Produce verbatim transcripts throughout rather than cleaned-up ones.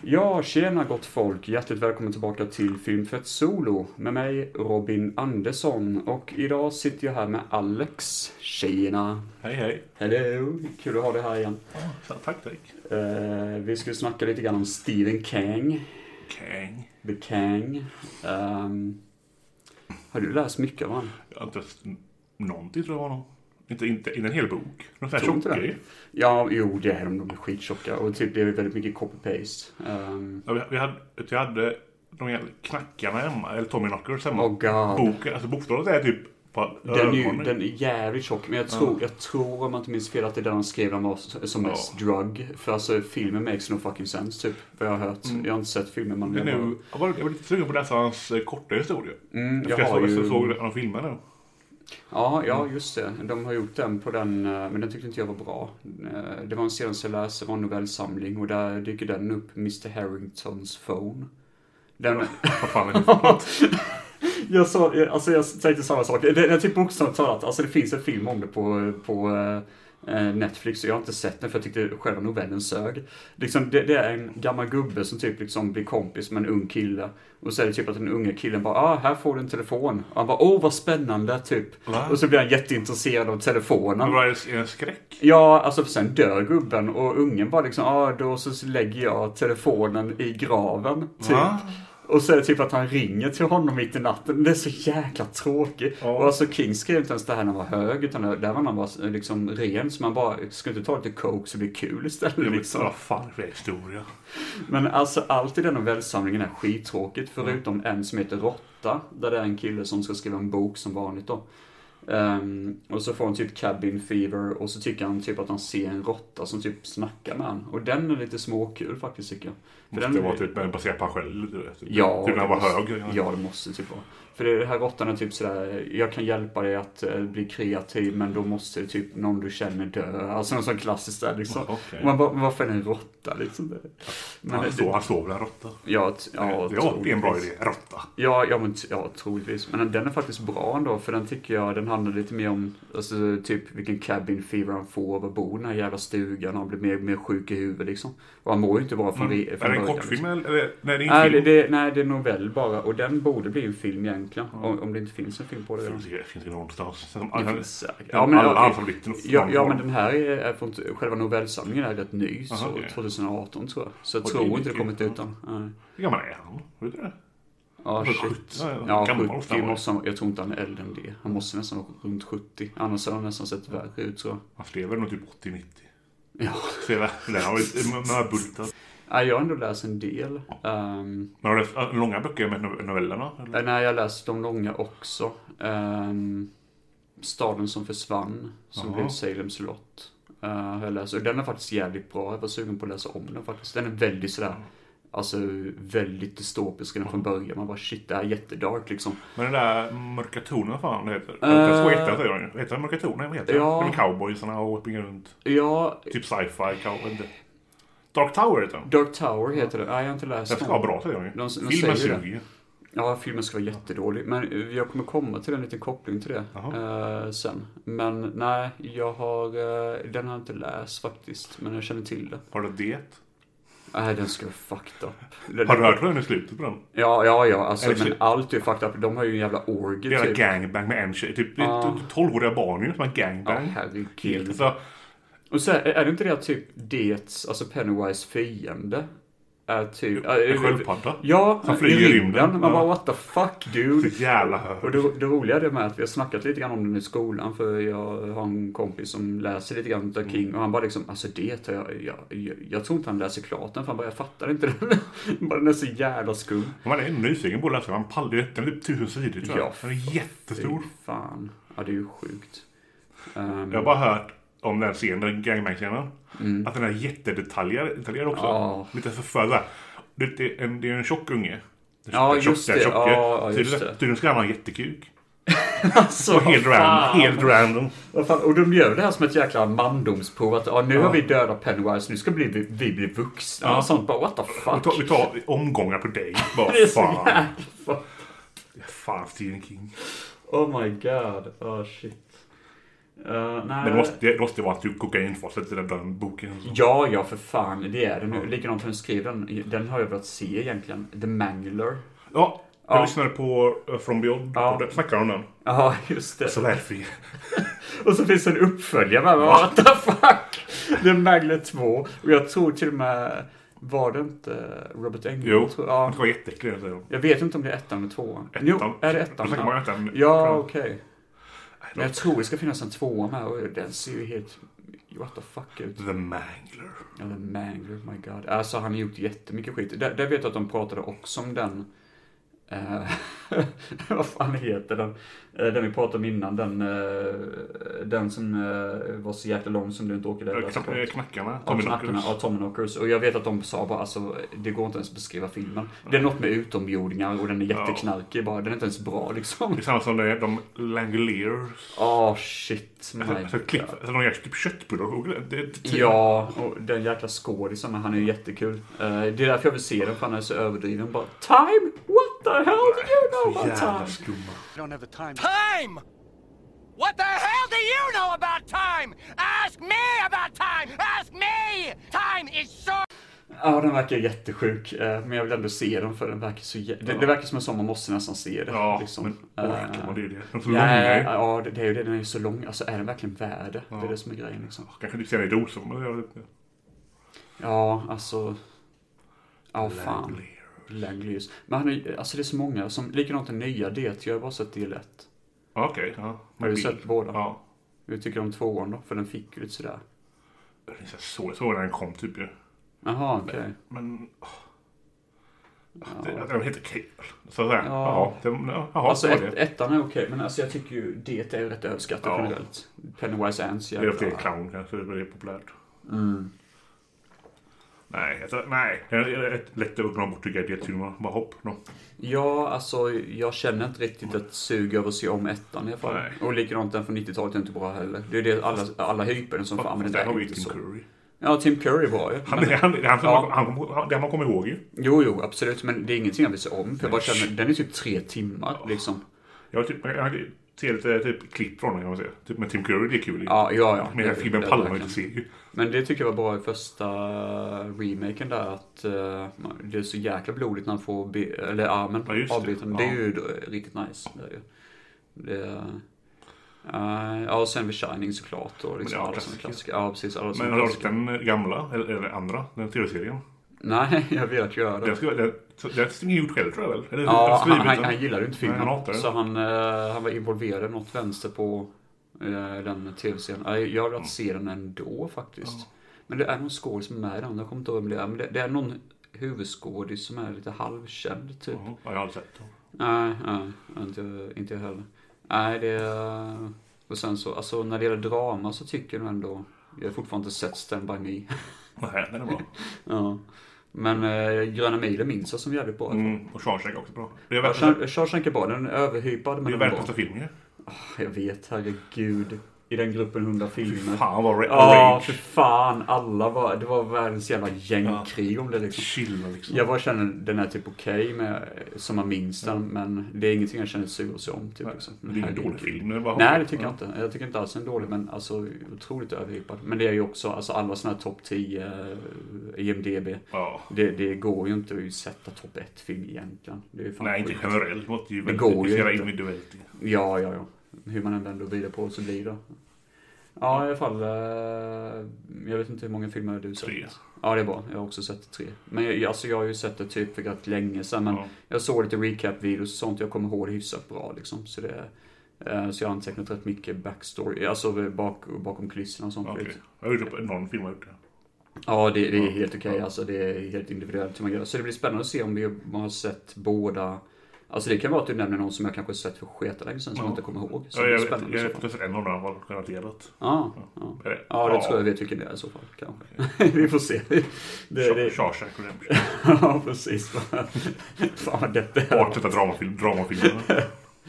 Ja, tjena gott folk. Hjärtligt välkommen tillbaka till Filmfett Solo med mig Robin Andersson. Och idag sitter jag här med Alex. Tjena. Hej hej. Hello. Kul att ha dig här igen. Ja, tack tack. Uh, vi skulle snacka lite grann om Stephen King. King. The King. Um, har du läst mycket av han? Jag har inte läst någonting tror jag var någon. Inte, inte, inte en hel bok. Någon sån här Tror inte tjock det? grej. Ja, jo, det är de. De är skittjocka. Och typ det är väldigt mycket copy-paste. Um, Ja, vi, vi hade, jag hade de här knackarna hemma, eller Tommy Knockers hemma. Oh god. Boken, alltså bokstavet är typ på Den är, ju, ögonen. den är jävligt tjock, men jag tror, Ja. jag tror om man inte minns fel att det är där de skrev den var som mest drug. För alltså filmen makes no fucking sense typ, vad jag har hört. Mm. Jag har inte sett filmen, men Den jag, är, bara, ju- jag, var, jag var lite sugen på att läsa hans eh, korta historia. mm, Jag, jag jag har såg, ju... jag såg någon film nu. Ja, ja, just det. De har gjort den på den, eh, men den tyckte inte jag var bra. Eh, Det var en senaste jag läste, var en novellsamling och där dyker den upp, mister Harringtons phone. Den... Vad fan är det för något? Jag, sa, alltså jag tänkte samma sak. Det, det är typ bokstavligt talat. Alltså det finns en film om det på, på eh, Netflix och jag har inte sett den för jag tyckte själva novellen sög. Liksom, det, det är en gammal gubbe som typ liksom blir kompis med en ung kille. Och så är det typ att den unga killen bara, ah, här får du en telefon. Och han bara, åh vad spännande typ. Va? Och så blir han jätteintresserad av telefonen. Men vad är det, är det en skräck? Ja, alltså för sen dör gubben och ungen bara liksom, ah, då så lägger jag telefonen i graven typ. Va? Och så är det typ att han ringer till honom mitt i natten. Det är så jäkla tråkigt. Ja. Och alltså King skrev inte ens det här när han var hög. Utan det där var när han var liksom ren. Så man bara, ska inte ta lite coke så blir det kul istället Jag vet liksom. vad fan för historia. Men alltså allt i den novellsamlingen är skittråkigt. Förutom mm. en som heter Råtta. Där det är en kille som ska skriva en bok som vanligt då. Um, och så får han typ cabin fever. Och så tycker han typ att han ser en råtta som typ snackar med han. Och den är lite småkul faktiskt tycker jag. För Måste den det vara typ baserat på han själv? Typ, Ja, typ när han var hög. Ja, det måste typ vara. För det här råttan är typ sådär, jag kan hjälpa dig att uh, bli kreativ, men då måste typ någon du känner dö. Alltså någon sån klassiskt där liksom. Ja, okay. Och man bara, varför är det en råtta liksom? Det. Men han, så, han sover en råtta. Ja, t- ja, det är en bra idé, råtta. Ja, ja, men, ja, troligtvis. Men den är faktiskt bra ändå, för den tycker jag, den handlar lite mer om, alltså typ vilken cabin fever han får av att bo i den här jävla stugan. Han blir mer, mer sjuk i huvudet liksom. Och han mår ju inte bra från, mm. re- från Är det en början, kortfilm liksom. eller? Nej, det är en nej, film. det, det, nej, det är novell bara. Och den borde bli en film egentligen. Mm. Om, om det inte finns en film på det. Det finns, det finns det någonstans. Det finns säkert. Ja, men, all, all, ja, ja, men den här är, är från, själva novellsamlingen är rätt ny. Aha, så okay. tjugo arton tror jag. Så jag och tror det inte det kul. kommit utan. Nej. Hur gammal är han? Vet du det? Ja, shit. sjuttio, Ja, gammal sjuttio måste han, jag tror inte han är äldre än det. Han måste nästan vara runt sjuttio. Annars har han nästan sett värre ut tror jag. Han lever nog typ åttio nittio. Ja. Så det har varit bultat. Ja, jag har ändå läst en del. Um, Men har du läst långa böcker med novellerna? Eller? Nej, jag har läst de långa också. Um, Staden som försvann, som Aha. blev Salem slott. Uh, har jag läst. Och den är faktiskt jävligt bra. Jag var sugen på att läsa om den faktiskt. Den är väldigt sådär, alltså väldigt dystopisk redan från början. Man bara shit, det här är jättedark liksom. Men den där mörka tonen, vad fan det heter? Uh, jag vet inte, vad heter den? Mörka tonen, vad heter ja. det? Med cowboysarna och springer runt. Ja. Typ sci-fi, cowboy. Dark Tower heter den. Dark Tower heter det. Nej, jag har inte läst den. Den ska vara bra, säger jag. De, de filmen säger suger. Ja, filmen ska vara jättedålig. Men jag kommer komma till en liten koppling till det uh, sen. Men nej, jag har, uh, den har jag inte läst faktiskt. Men jag känner till det. Har du det? Nej, den ska vara fucked up. Har du hört vad den är slutet på den? Ja, ja, ja. Alltså, men slut? allt är fucked up. De har ju en jävla orgie Det är typ. en gangbang med en tjej. Typ Ah. tolvåriga barn ju som en gangbang. Ja, herregud. Helt, så, Och så är, är det inte det att typ det, alltså Pennywise fiende är typ... en sköldpadda. Ja, som flyger i rymden. Man Ja. bara, what the fuck, dude? Så jävla hög. Och det, det roliga är det med att vi har snackat lite grann om den i skolan. För jag har en kompis som läser lite grann av King. Och han bara liksom, alltså det jag, jag, jag, jag tror inte han läser klart den. För han bara, jag fattar inte det. bara den är så jävla skum. Man är nyfiken på att läsa. Man pallar ju. Den är typ tusen sidor tror jag. Ja, den är jättestor. Fy fan. Ja, det är ju sjukt. Um, Jag har bara hört om den scenen, den gangbang-scenen. Mm. Att den är jättedetaljerad detaljerad också. Ja. Lite för för det, det, är en, det är en tjock unge. Ja, tjock, just det. tjocke. Ja, just så det. Tydligen ska han ha en jättekuk. alltså, Och helt random. Helt random. Vad fan? Och de gör det här som ett jäkla mandomsprov. Att ja, nu ja. har vi dödat Pennywise, nu ska vi bli, vi bli vuxna. Ja. Och sånt bara, what the fuck? Vi tar, vi tar omgångar på dig. Bara, det är så fan. jävla Fan, Stephen King. Oh my god. Oh shit. Uh, nej. Men det måste, det måste vara att du kokainfasset i den där boken. Ja, ja för fan. Det är det nu. Ja. Likadant som jag skrev den. Den har jag velat se egentligen. The Mangler. Ja, jag Ja. lyssnade på uh, From Beyond. Ja. Ja. Snackar om den. Ja, just det. Så välfri. Och så finns det en uppföljare. Ja. What the fuck? The Mangler två. Och jag tror till och med... Var det inte Robert Englund? Jo, tror, ja. det var jätteäckligt. Jag vet inte om det är ettan eller tvåan. Ettan. Jo, är det ettan? Då man ettan. Ja, okej. Okay. Men jag tror det ska finnas en tvåa med och den ser ju helt... What the fuck ut. The Mangler. Ja, The Mangler, my god. Alltså han har gjort jättemycket skit. Där, där vet jag att de pratade också om den... Uh, vad fan heter den? Uh, den vi pratade om innan. Den, uh, den som uh, var så jäkla lång som du inte åker där. Knack, knackarna. Tommy Knockers. Ja, Tommy Knockers. Och jag vet att de sa bara, alltså, det går inte ens att beskriva filmen. Det är något med utomjordingar och den är jätteknarkig bara. Den är inte ens bra liksom. Det är samma som det är, de Langoliers. Åh, oh, shit. My alltså, klipp, alltså, de gör typ köttbullar. Det, det, ja, och den jäkla skådisen, han är ju jättekul. Uh, det är därför jag vill se den, för han är så överdriven. Bara, time? What the hell do you know about time? I don't have the time. Time! What the hell do you know about time? Ask me about time! Ask me! Time is short! Ja, den verkar jättesjuk. Men jag vill ändå se den, för den verkar så... Jä... Det, det verkar som en sån man måste nästan se det. Ja, liksom. men orkar man det? Det är så ja, lång. ja, det, det är ju det. Den är ju så lång. Alltså, är den verkligen värd det? Ja. Det är det som är grejen, liksom. Kanske du ser det i doser, men jag vet inte. Ja, alltså... Ja, fan. Langliers. Men han är, alltså det är så många som... Likadant den nya det. Jag har bara sett del ett. Okej, okay, ja. Har du sett båda? Ja. Jag tycker om tvåan då, för den fick ju lite sådär. Det är så, så när den kom typ ju. Jaha, okej. Okay. Men... men oh. Ja. Det, det var helt okej. Så där. Ja. Jaha, det, jaha, alltså det ett, det. ettan är okej, okay, men alltså jag tycker ju det är ju rätt överskattat ja. generellt. Pennywise Ants. Det är fler clown kanske, det är populärt. Mm. Nej, alltså, nej. Det är lätt att glömma bort tycker jag det filmen. Bara hopp. No. Ja, alltså jag känner inte riktigt ett sug över att se om ettan i alla fall. Nej. Och likadant den från nittiotalet är inte bra heller. Det är det alla, alla hyper den som fan, men det där är inte så. Curry. Ja, Tim Curry var ju. Han, men, han, han, han, ja. han, han, det man kommer ihåg ju. Jo, jo, absolut. Men det är ingenting jag vill se om. För jag bara känner, den är typ tre timmar liksom. Jag typ, jag ser lite typ klipp från den kan man säga. Typ med Tim Curry, det är kul. Ja, ja, ja. Men den filmen pallar man inte se ju. Men det tycker jag var bra i första remaken där. Att uh, det är så jäkla blodigt när han får be, eller armen ja, avbiten. Det. Ja. Det är ju riktigt nice. Det är ju. Det, uh, ja, och sen vid Shining såklart. Och liksom alla som klassiker. Ja, precis. Alla men har du sett den gamla, eller, eller andra, den tv-serien? Nej, jag vill att göra det. Den skulle, det är ingen gjort själv tror jag väl? Eller, ja, han, han, han gillade inte filmen. Nej, han hatar så han, uh, han var involverad något vänster på uh, den tv-serien. Uh, jag har velat mm. se den ändå faktiskt. Ja. Men det är någon skådis som är med i den. Jag kommer inte ihåg om det är. Men det, det är någon huvudskådis som är lite halvkänd typ. Ja, jag har aldrig sett den. Nej, nej, inte, inte jag heller. Nej, det är... Och sen så, alltså när det gäller drama så tycker jag ändå... Jag har fortfarande inte sett Stand By Me. Nej, den är bra. Ja. Men äh, Gröna milen minns jag som jävligt bra. Mm, och Shawshank är också bra. Det är ja, Shawshank, Shawshank är bra, den är överhypad. Men det är världens bästa film ju. Oh, jag vet, herregud. I den gruppen hundra filmer. Fy fan vad rage. Ja, för fan. Alla var, det var världens jävla gängkrig ja. Om det liksom. Chilla liksom. Jag bara känner den är typ okej okay med, som man minns den. Mm. Men det är ingenting jag känner sur sig om. Typ, liksom. Det är ingen dålig film. Det bara nej, det tycker ja. jag inte. Jag tycker inte alls den är dålig. Men alltså otroligt överhypad. Men det är ju också, alltså alla såna här topp tio I M D B. Ja. Det, det går ju inte att sätta topp ett film egentligen. Det är fan nej, inte generellt. Måste ju det går ju inte. Individuellt. Ja, ja, ja. Hur man än vänder vidare på så blir det. Ja, i alla fall. Jag vet inte hur många filmer du sett. Tre. Ja, det är bra. Jag har också sett tre. Men jag, alltså, jag har ju sett det typ för rätt länge sedan. Men ja. jag såg lite recap-videos och sånt. Jag kommer ihåg det hyfsat bra liksom. Så, det, så jag har antecknat rätt mycket backstory. Alltså bak, bakom kulisserna och sånt. Okay. Jag har gjort någon film har gjort det. Ja, det, det är helt okej. Okay. Alltså, det är helt individuellt hur man gör. Så det blir spännande att se om vi har sett båda. Alltså det kan vara att du nämner någon som jag kanske sett för sketa länge sedan som ja. jag inte kommer ihåg. Så ja, jag, det är vet, jag vet inte en av dem var relaterat. Ja, ja. ja. ja det ja. tror jag vet vilken det är i så fall. Kanske. Vi får se. Det, det... Shawshank ja, precis. Fan vad detta är. Bortsätta dramafilm, dramafilmer.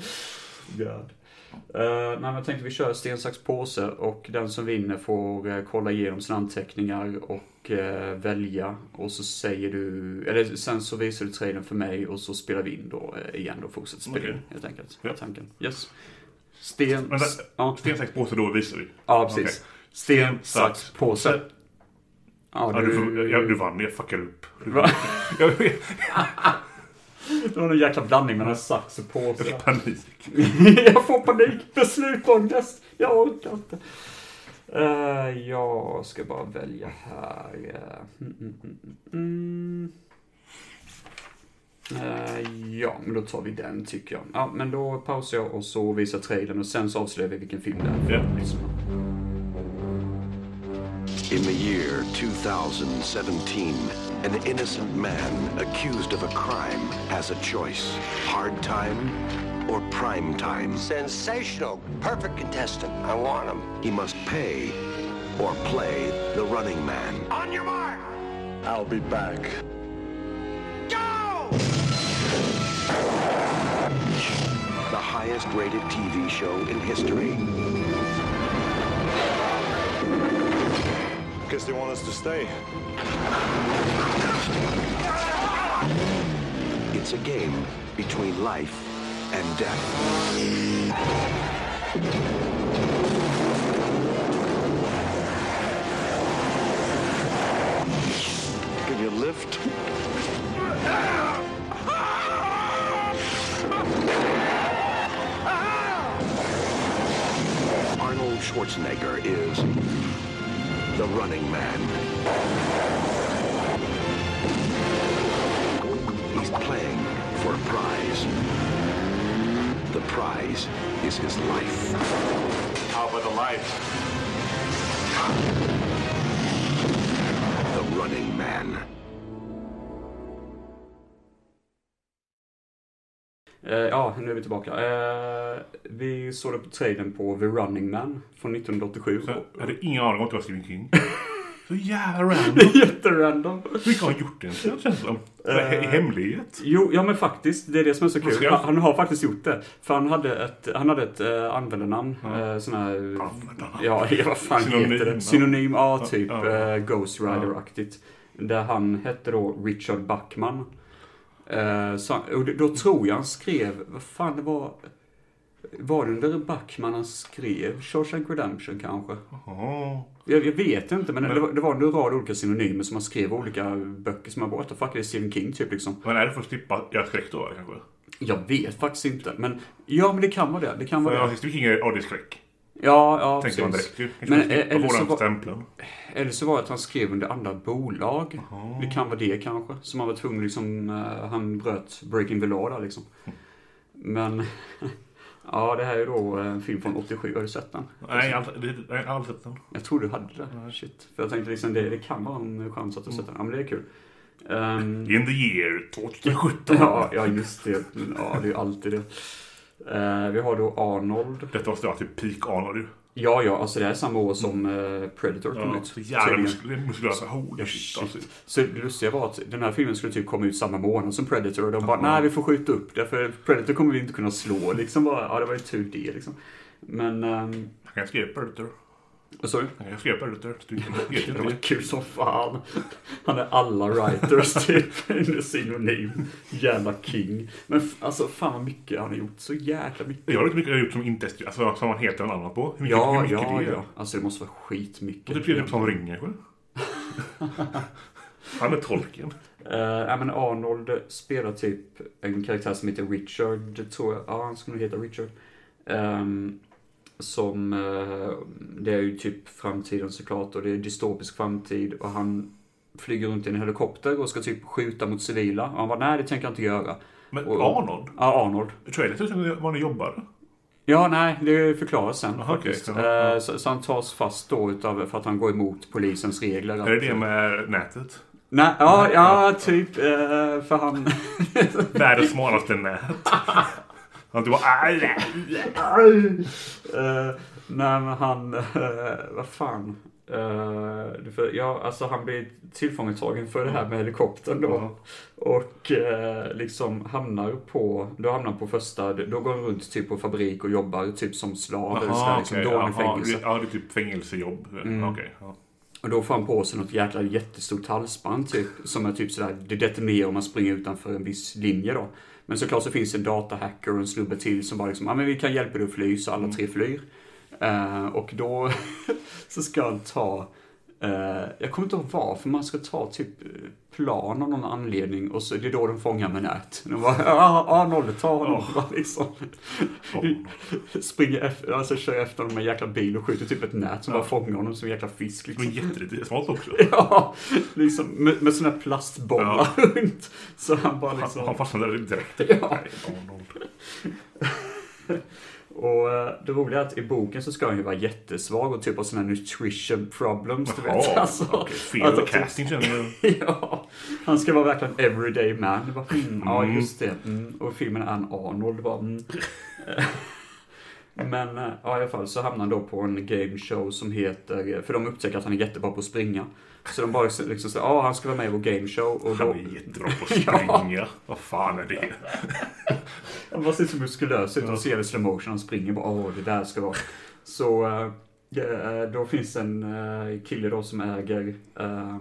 God. Uh, nej, men jag tänkte vi kör sten, sax, påse och den som vinner får uh, kolla igenom sina anteckningar och uh, välja och så säger du, eller sen så visar du trailern för mig och så spelar vi in då uh, igen och fortsätter spela okay. in helt enkelt. Ja. Tanken. Yes. Sten, Vänta, ja. sten, sax, påse, då visar vi. Ja, precis. Okay. Sten, sax, påse. Ja, ja, du... du, ja, du vann, jag fuckar upp. Va? Det var en jäkla blandning mellan sax och påse. Jag får panik. Jag får panik. Beslutångest. Jag orkar inte. Uh, jag ska bara välja här. Mm, mm, mm, mm. Uh, ja, men då tar vi den tycker jag. Ja, men då pausar jag och så visar trailern och sen så avslöjar vi vilken film det är. Ja. In the year two thousand seventeen, an innocent man accused of a crime has a choice. Hard time or prime time. Sensational. Perfect contestant. I want him. He must pay or play the running man. On your mark. I'll be back. Go! The highest rated T V show in history. Guess they want us to stay. It's a game between life and death. Can you lift? Arnold Schwarzenegger is the running man. He's playing for a prize. The prize is his life. How about the life? The running man. Uh, ja, nu är vi tillbaka. Uh, vi såg upp trailern på The Running Man från nittonhundraåttiosju. Så jag hade ingen aning om att det var Stephen King. Så jävla Det random. är jätterandom. Vilka har gjort det? Det känns som uh, i hemlighet. Jo, ja men faktiskt, det är det som är så kul. Ska- Han, han har faktiskt gjort det. För han hade ett, han hade ett uh, användarnamn. Ja. Uh, sån här... Användarnamn. Ja, vad fan Synonym, heter det? ja. Synonym, ja, typ Ja. uh, Ghost Rider-aktigt. Där han hette då Richard Bachman. Uh, så, och då tror jag han skrev, vad fan det var... Var det under Bachman han skrev Shawshank Redemption kanske? Oh. Jag, jag vet inte, men, Men- det, var, det var en rad olika synonymer som han skrev olika böcker som man bara, what the fuck, är det Stephen King typ liksom? Men är det för att slippa göra skräck då kanske? Jag vet faktiskt inte, men ja, men det kan vara det. Det kan vara Ja, det. Stephen King är skräck. Ja, ja, Tänkte man precis. direkt ju. Men, Men, eh, eller så var- stämpeln. Eller så var det att han skrev under andra bolag. Jaha. Det kan vara det kanske. Som han var tvungen liksom, uh, han bröt Breaking the Law där liksom. Men, ja, det här är då en film från åttiosju, har du sett den? Nej, jag har aldrig- det- jag har aldrig sett den. Jag tror du hade det. Shit. För jag tänkte liksom, det, det kan vara en chans att du sett den. Ja, men det är kul. Um, In the year tjugosjutton. ja, ja, just det. Ja, det är ju alltid det. Uh, vi har då Arnold. Detta måste vara typ peak Arnold ju. Ja, ja, alltså det är samma år som uh, Predator kom Ja, ut. så jävla tydligen. muskler- muskulösa. Holy Ja, shit alltså. shit. Så det lustiga var att den här filmen skulle typ komma ut samma månad som Predator. Och de bara, Ja. nej vi får skjuta upp det. För Predator kommer vi inte kunna slå. Liksom bara, ja det var ju tur det liksom. Men, um, Han kan skriva Predator. vad sa du? Han kan skriva Predator. Du vet Det inte var det. kul som fan. Han är alla writers typ. En synonym. Jävla king. Men f- alltså fan vad mycket han har gjort. Så jäkla mycket. Jag har inte mycket jag har gjort som inte är alltså, som man helt en annan på. Hur mycket, hur Ja, mycket ja, det är. ja. Alltså det måste vara skitmycket. Och det blir typ som ringer. Eller? Han är tolken. Uh, ja, men Arnold spelar typ en karaktär som heter Richard, tror jag. Ja, han skulle nog heta Richard. Um, som, uh, det är ju typ framtiden såklart, och det är dystopisk framtid, och han flyger runt i en helikopter och ska typ skjuta mot civila. Och han bara, nej det tänker jag inte göra. Men Och- Arnold? Ja, Arnold. Trailer tycker jag var han jobbar. Ja, nej, det förklaras sen Aha, faktiskt. okej, ja, ja. Eh, Så, så han tas fast då utav, för att han går emot polisens regler. Är det det med nätet? Nej, ja, ja, typ, eh, för han... Världens smalaste nät. Han typ bara... Eh, nej, men han... eh, vad fan? Uh, för, ja, alltså han blir tillfångatagen för det här med helikoptern då. Ja. Och eh, liksom hamnar på... Då hamnar han på första... Då går han runt typ på fabrik och jobbar typ som slav. eller så här, Aha, liksom, okej, då är han i jaha, fängelse. det- Ja, det är typ fängelsejobb. Mm. Okej, ja. Och då får han på sig något jäkla jättestort halsband typ, som är typ sådär, det detonerar om man springer utanför en viss linje då. Men såklart så finns det en datahacker och en snubbe till som bara liksom, ja ah, men vi kan hjälpa dig att fly, så alla tre flyr. Uh, och då så ska han ta, uh, jag kommer inte ihåg varför, man ska ta typ plan av någon anledning och så det är då de fångar med nät. De bara, ja, Arnold, ta honom. Oh. Liksom. Oh. Springer efter, alltså kör efter honom med en jäkla bil och skjuter typ ett nät som ja. bara fångar honom som en jäkla fisk. Liksom. Men jättelite smalt också. Ja, liksom med, med såna här plastbollar ja. runt. Så han bara liksom... Han, han fastnade direkt. Ja. Och det roliga är att i boken så ska han ju vara jättesvag och typ av såna nutrition problems, du Jaha, vet. Alltså, okay. Fel alltså, casting känner jag. Ja, han ska vara verkligen everyday man. Det bara, mm, mm. Ja, just det. Mm. Och filmen är en Arnold. Bara, mm. Men ja, i alla fall så hamnar han då på en game show som heter, för de upptäcker att han är jättebra på att springa. Så de bara liksom säger, ja han ska vara med i vår game show. Och då... Han är jättebra på att springa. Ja. Vad fan är det? Han bara ser så muskulös ut och ser det slow motion. Han springer bara, åh det där ska vara. Så äh, då finns en äh, kille då som äger, äh,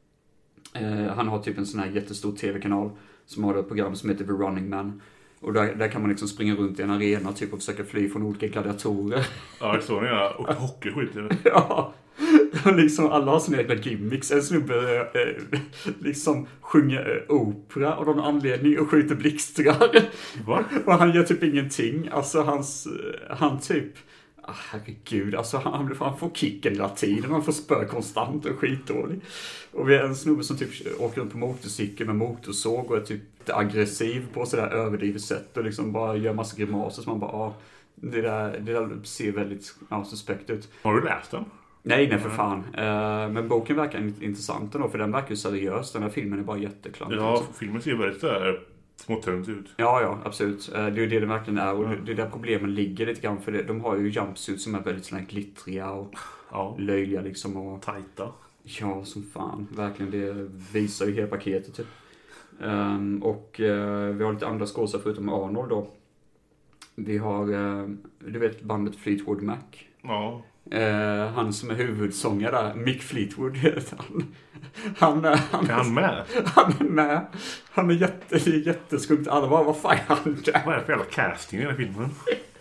äh, han har typ en sån här jättestor tv-kanal som har ett program som heter The Running Man. Och där, där kan man liksom springa runt i en arena typ och försöka fly från olika gladiatorer. Ja, det står ja. Och hockeyskit. Ja. Liksom alla har sina egna gimmicks. En snubbe eh, liksom sjunger eh, opera av någon anledning och skjuter blixtrar. Va? Och han gör typ ingenting. Alltså hans, han typ, ah, herregud, alltså han, han får kicken hela tiden. Han får spö konstant och skitdålig. Och vi är en snubbe som typ åker runt på motorcykel med motorsåg och är typ aggressiv på sådär överdrivet sätt och liksom bara gör massa grimaser som man bara, ah, det där, det där ser väldigt ja, suspekt ut. Har du läst den? Nej, nej för fan. Uh, men boken verkar intressant ändå, för den verkar ju seriös. Den här filmen är bara jätteklant. Ja, liksom. Filmen ser väldigt där småtönt ut. Ja, ja, absolut. Uh, det är ju det det verkligen är. Och mm. det är där problemen ligger lite grann. För det. De har ju jumpsuits som är väldigt såna här glittriga och ja. löjliga liksom. Och... tajta. Ja, som fan. Verkligen, det visar ju hela paketet typ. Um, och uh, vi har lite andra skådespelare förutom Arnold då. Vi har, uh, du vet bandet Fleetwood Mac. Ja. Uh, han som är huvudsångare där, Mick Fleetwood heter han. Han, uh, han är han med? Han är med. Han är jätte, jätteskumt. Alla bara, vad fan är han där? Vad är det för jävla casting i den här filmen?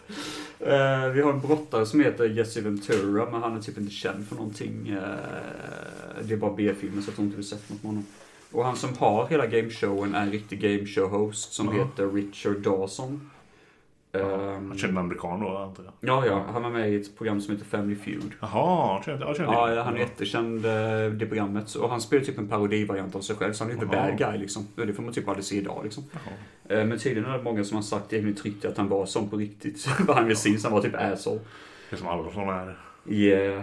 Uh, vi har en brottare som heter Jesse Ventura, men han är typ inte känd för någonting. Uh, det är bara B-filmer så jag tror inte vi sett något med honom. Och han som har hela gameshowen är en riktig gameshow-host som uh-huh. heter Richard Dawson. Ja, han känner amerikan då, antar jag. Ja, ja. Han var med i ett program som heter Family Feud. Jaha, jag känner, jag känner ja, ja, han är jättekänd det programmet. Och han spelar typ en parodivariant av sig själv. Så han är inte bad guy liksom. Det får man typ aldrig se idag liksom. Jaha. Men tydligen är det många som har sagt i tryck att han var som på riktigt. Vad han vill se, han var typ asshole. Det är som alla sådana är. Yeah.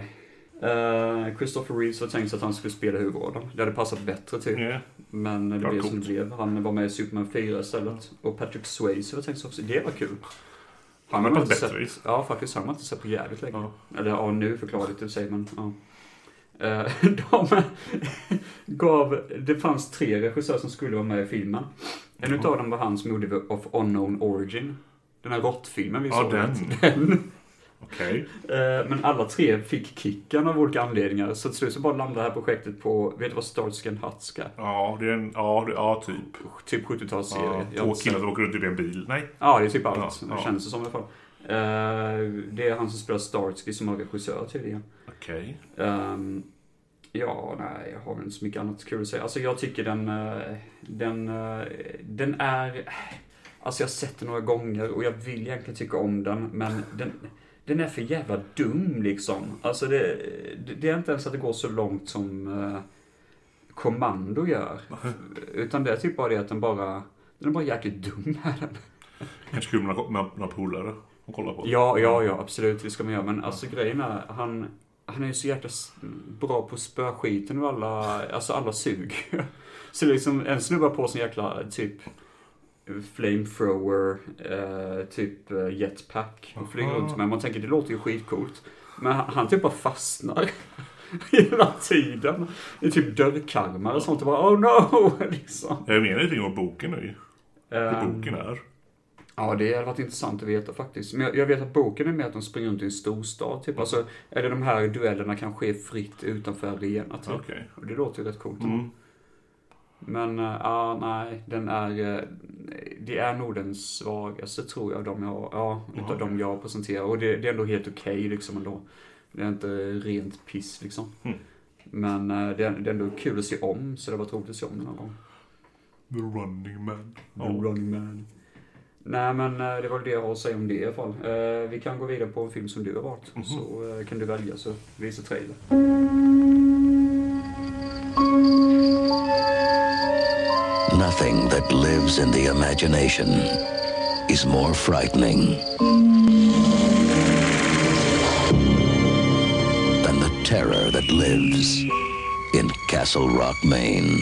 Uh, Christopher Reeves var tänkt att han skulle spela huvudrollen. Det hade passat bättre typ. Yeah. Men det blev som det blev. Han var med i Superman fyra istället. Och Patrick Swayze var tänkt också. Det var kul. Han var på bättre vis. Ja, faktiskt. Han har inte sett på jävligt länge. Ja. Eller ja, nu förklarar det sig, men ja. Uh, de gav... Det fanns tre regissörer som skulle vara med i filmen. En mm. utav dem var han som gjorde Of Unknown Origin. Den här råttfilmen vi ja, såg. Den. den. Okej. Okay. Uh, men alla tre fick kicken av olika anledningar. Så till slut så bara landade det här projektet på... Vet du vad Starsky and Hutch ska? Ja, det är en... Ja, det, ja typ. Typ sjuttiotalsserie. Ja, två killar som åker runt i en bil. Nej. Ja, det är typ allt. Ja, ja. Det känns det som i alla fall. Uh, det är han som spelar Starsky som är regissör tydligen. Okej. Okay. Um, ja, nej, jag har inte så mycket annat kul att säga. Alltså jag tycker den... Uh, den, uh, den är... Alltså jag har sett den några gånger och jag vill egentligen tycka om den. Men den... Den är för jävla dum liksom. Alltså det, det, det är inte ens att det går så långt som uh, Kommando gör. Utan det är typ bara det att den bara... Den är bara jäkligt dum här. Kanske kul med några polare att kolla på. Ja, ja, ja, absolut. Det ska man göra. Men alltså grejen är, han, han är ju så jäkla bra på att spöa skiten och alla, alltså alla sug. Så liksom en snubbar på sin jäkla typ... flamethrower, eh, typ jetpack och flyger runt med. Man tänker det låter ju skitcoolt. Men han, han typ bara fastnar hela tiden i typ dörrkarmar och sånt och bara oh no liksom. Jag menar ingenting om boken nu. Hur um, boken är. Ja, det har varit intressant att veta faktiskt. Men jag, jag vet att boken är med att de springer runt i en storstad. Typ. Mm. Alltså, är det de här duellerna kan ske fritt utanför arenan. Typ. Okay. Och det låter ju rätt coolt. Mm. Men, ja, uh, nej. Den är, uh, det är nog den svagaste, tror jag, av de jag, ja, mm. utav de jag presenterar. Och det, det är ändå helt okej, okay, liksom, ändå. Det är inte rent piss, liksom. Mm. Men uh, det, är, det är ändå kul att se om, så det var roligt att se om den någon gång. The Running Man. The oh. Running Man. Nej, men det var det jag har att säga om det i alla fall. Uh, vi kan gå vidare på en film som du har valt. Mm-hmm. Så uh, kan du välja, så visa trailer. Nothing that lives in the imagination is more frightening than the terror that lives in Castle Rock, Maine.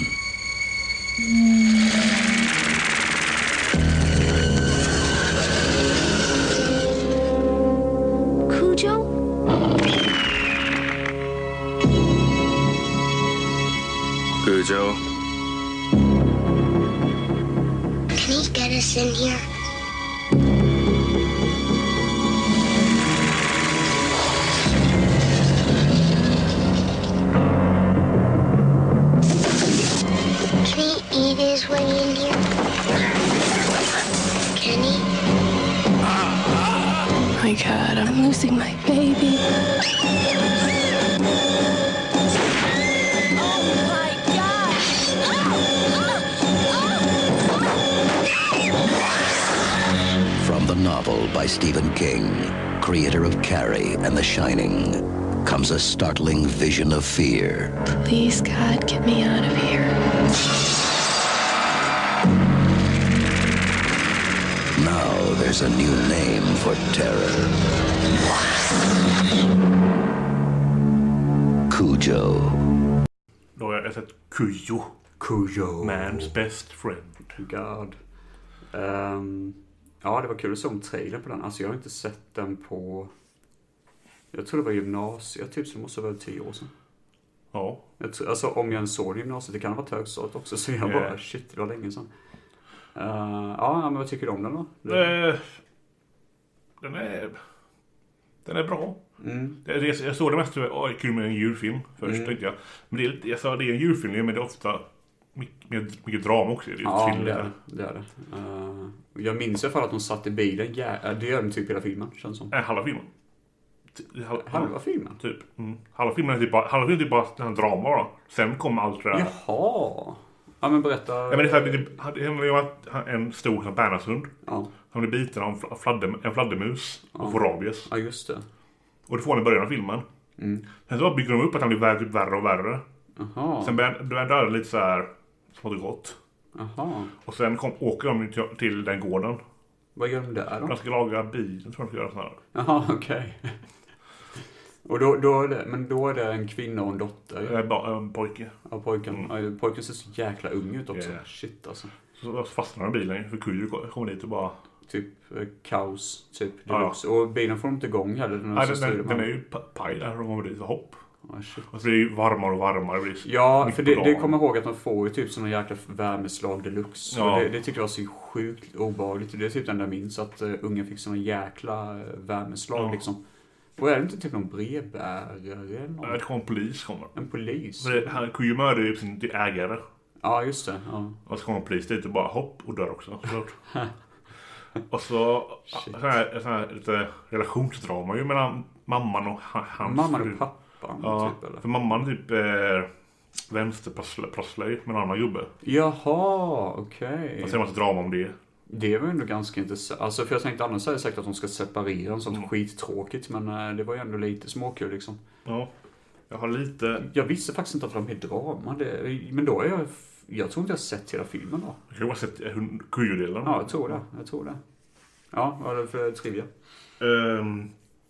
Cujo? Cujo? Can he get us in here? Can he eat his way in here? Can he? Oh my God, I'm losing my baby. From the novel by Stephen King, creator of Carrie and The Shining, comes a startling vision of fear. Please, God, get me out of here. Now there's a new name for terror. Cujo. Då har jag sett Cujo. Cujo. Man's best friend. God. Um, ja, det var kul att se om trailern på den. Alltså jag har inte sett den på... Jag tror det var gymnasiet, typ, så det måste vara tio år sedan. Ja. Jag tror, alltså om jag ens såg gymnasiet, det kan ha varit högstadiet också. Så jag yeah. bara, shit, det var länge sedan. Uh, ja, men vad tycker du om den då? Det, den är... Den är bra. Mm. Det, det, jag såg det mest, oh, kul med en djurfilm först, mm. tänkte jag. Men det, jag sa det är en djurfilm, men det är ofta mycket, mycket drama också. Det är ja, det är det. det, är det. Uh, jag minns i alla fall att de satt i bilen. Ja, det gör de typ hela filmen, känns som. Äh, halva filmen. Halva, halva filmen? Typ. Mm. Halva filmen är typ bara, halva filmen är typ bara en drama då. Sen kommer allt det där. Jaha. Ja, men berätta. Ja, men det handlar ju om att en stor bärnashund. Ja. Han blir biten av fladder, en fladdermus och ja. får rabies. Ja, just det. Och det får han i början av filmen. Mm. Sen så bygger de upp att han blir värre, typ värre och värre. Aha. Sen börjar det döda lite så här smått och gott. Aha. Och sen kom, åker de till, till den gården. Vad gör de där då? De ska laga bilen, tror jag de ska göra sån här. Jaha, okej. Okay. Och då, då är det, men då är det en kvinna och en dotter. Ja, ba, en pojke. Ja, pojken. Mm. Ja, pojken ser så jäkla ung ut också. Yeah. Shit alltså. Så fastnar de i bilen för Kujo kommer dit och bara... Typ eh, kaos, typ deluxe. Ja. Och bilen får de inte igång heller. Den, Nej, den, den, den är ju paj där de kommer dit och hopp. Oh, shit. Och så blir det ju varmare och varmare. Det ja, för det, det kommer ihåg att de får ju typ såna jäkla värmeslag deluxe. Ja. Det, det tycker jag var så sjukt obehagligt. Det är typ den där minns att uh, ungen fick såna jäkla uh, värmeslag ja. liksom. Och är det inte typ någon brevbärare? Någon... Det kommer en polis kommer. En polis? Det, han Kujo mördar ju sin ägare. Ja, just det. Ja. Och så kommer en polis dit och bara hopp och dör också. Och så sån här, sån här lite relationsdrama ju mellan mamman och hans... Mamman och pappan ja, typ, eller? För mamman typ är vänsterproslöj med en annan gubbe. Jaha, okej. Okay. Och sen måste drama om det. Det var ju ändå ganska intressant. Alltså för jag tänkte annars säga säkert att de ska separera en sånt mm. skittråkigt. Men det var ju ändå lite småkul liksom. Ja, jag har lite... Jag visste faktiskt inte att det var med drama. Det... Men då är jag... Jag tror inte jag har sett hela filmen då. Jag tror jag har sett Kujo-delen. Ja, jag tror det. Jag tror det. Ja, vad är det för trivia? Um,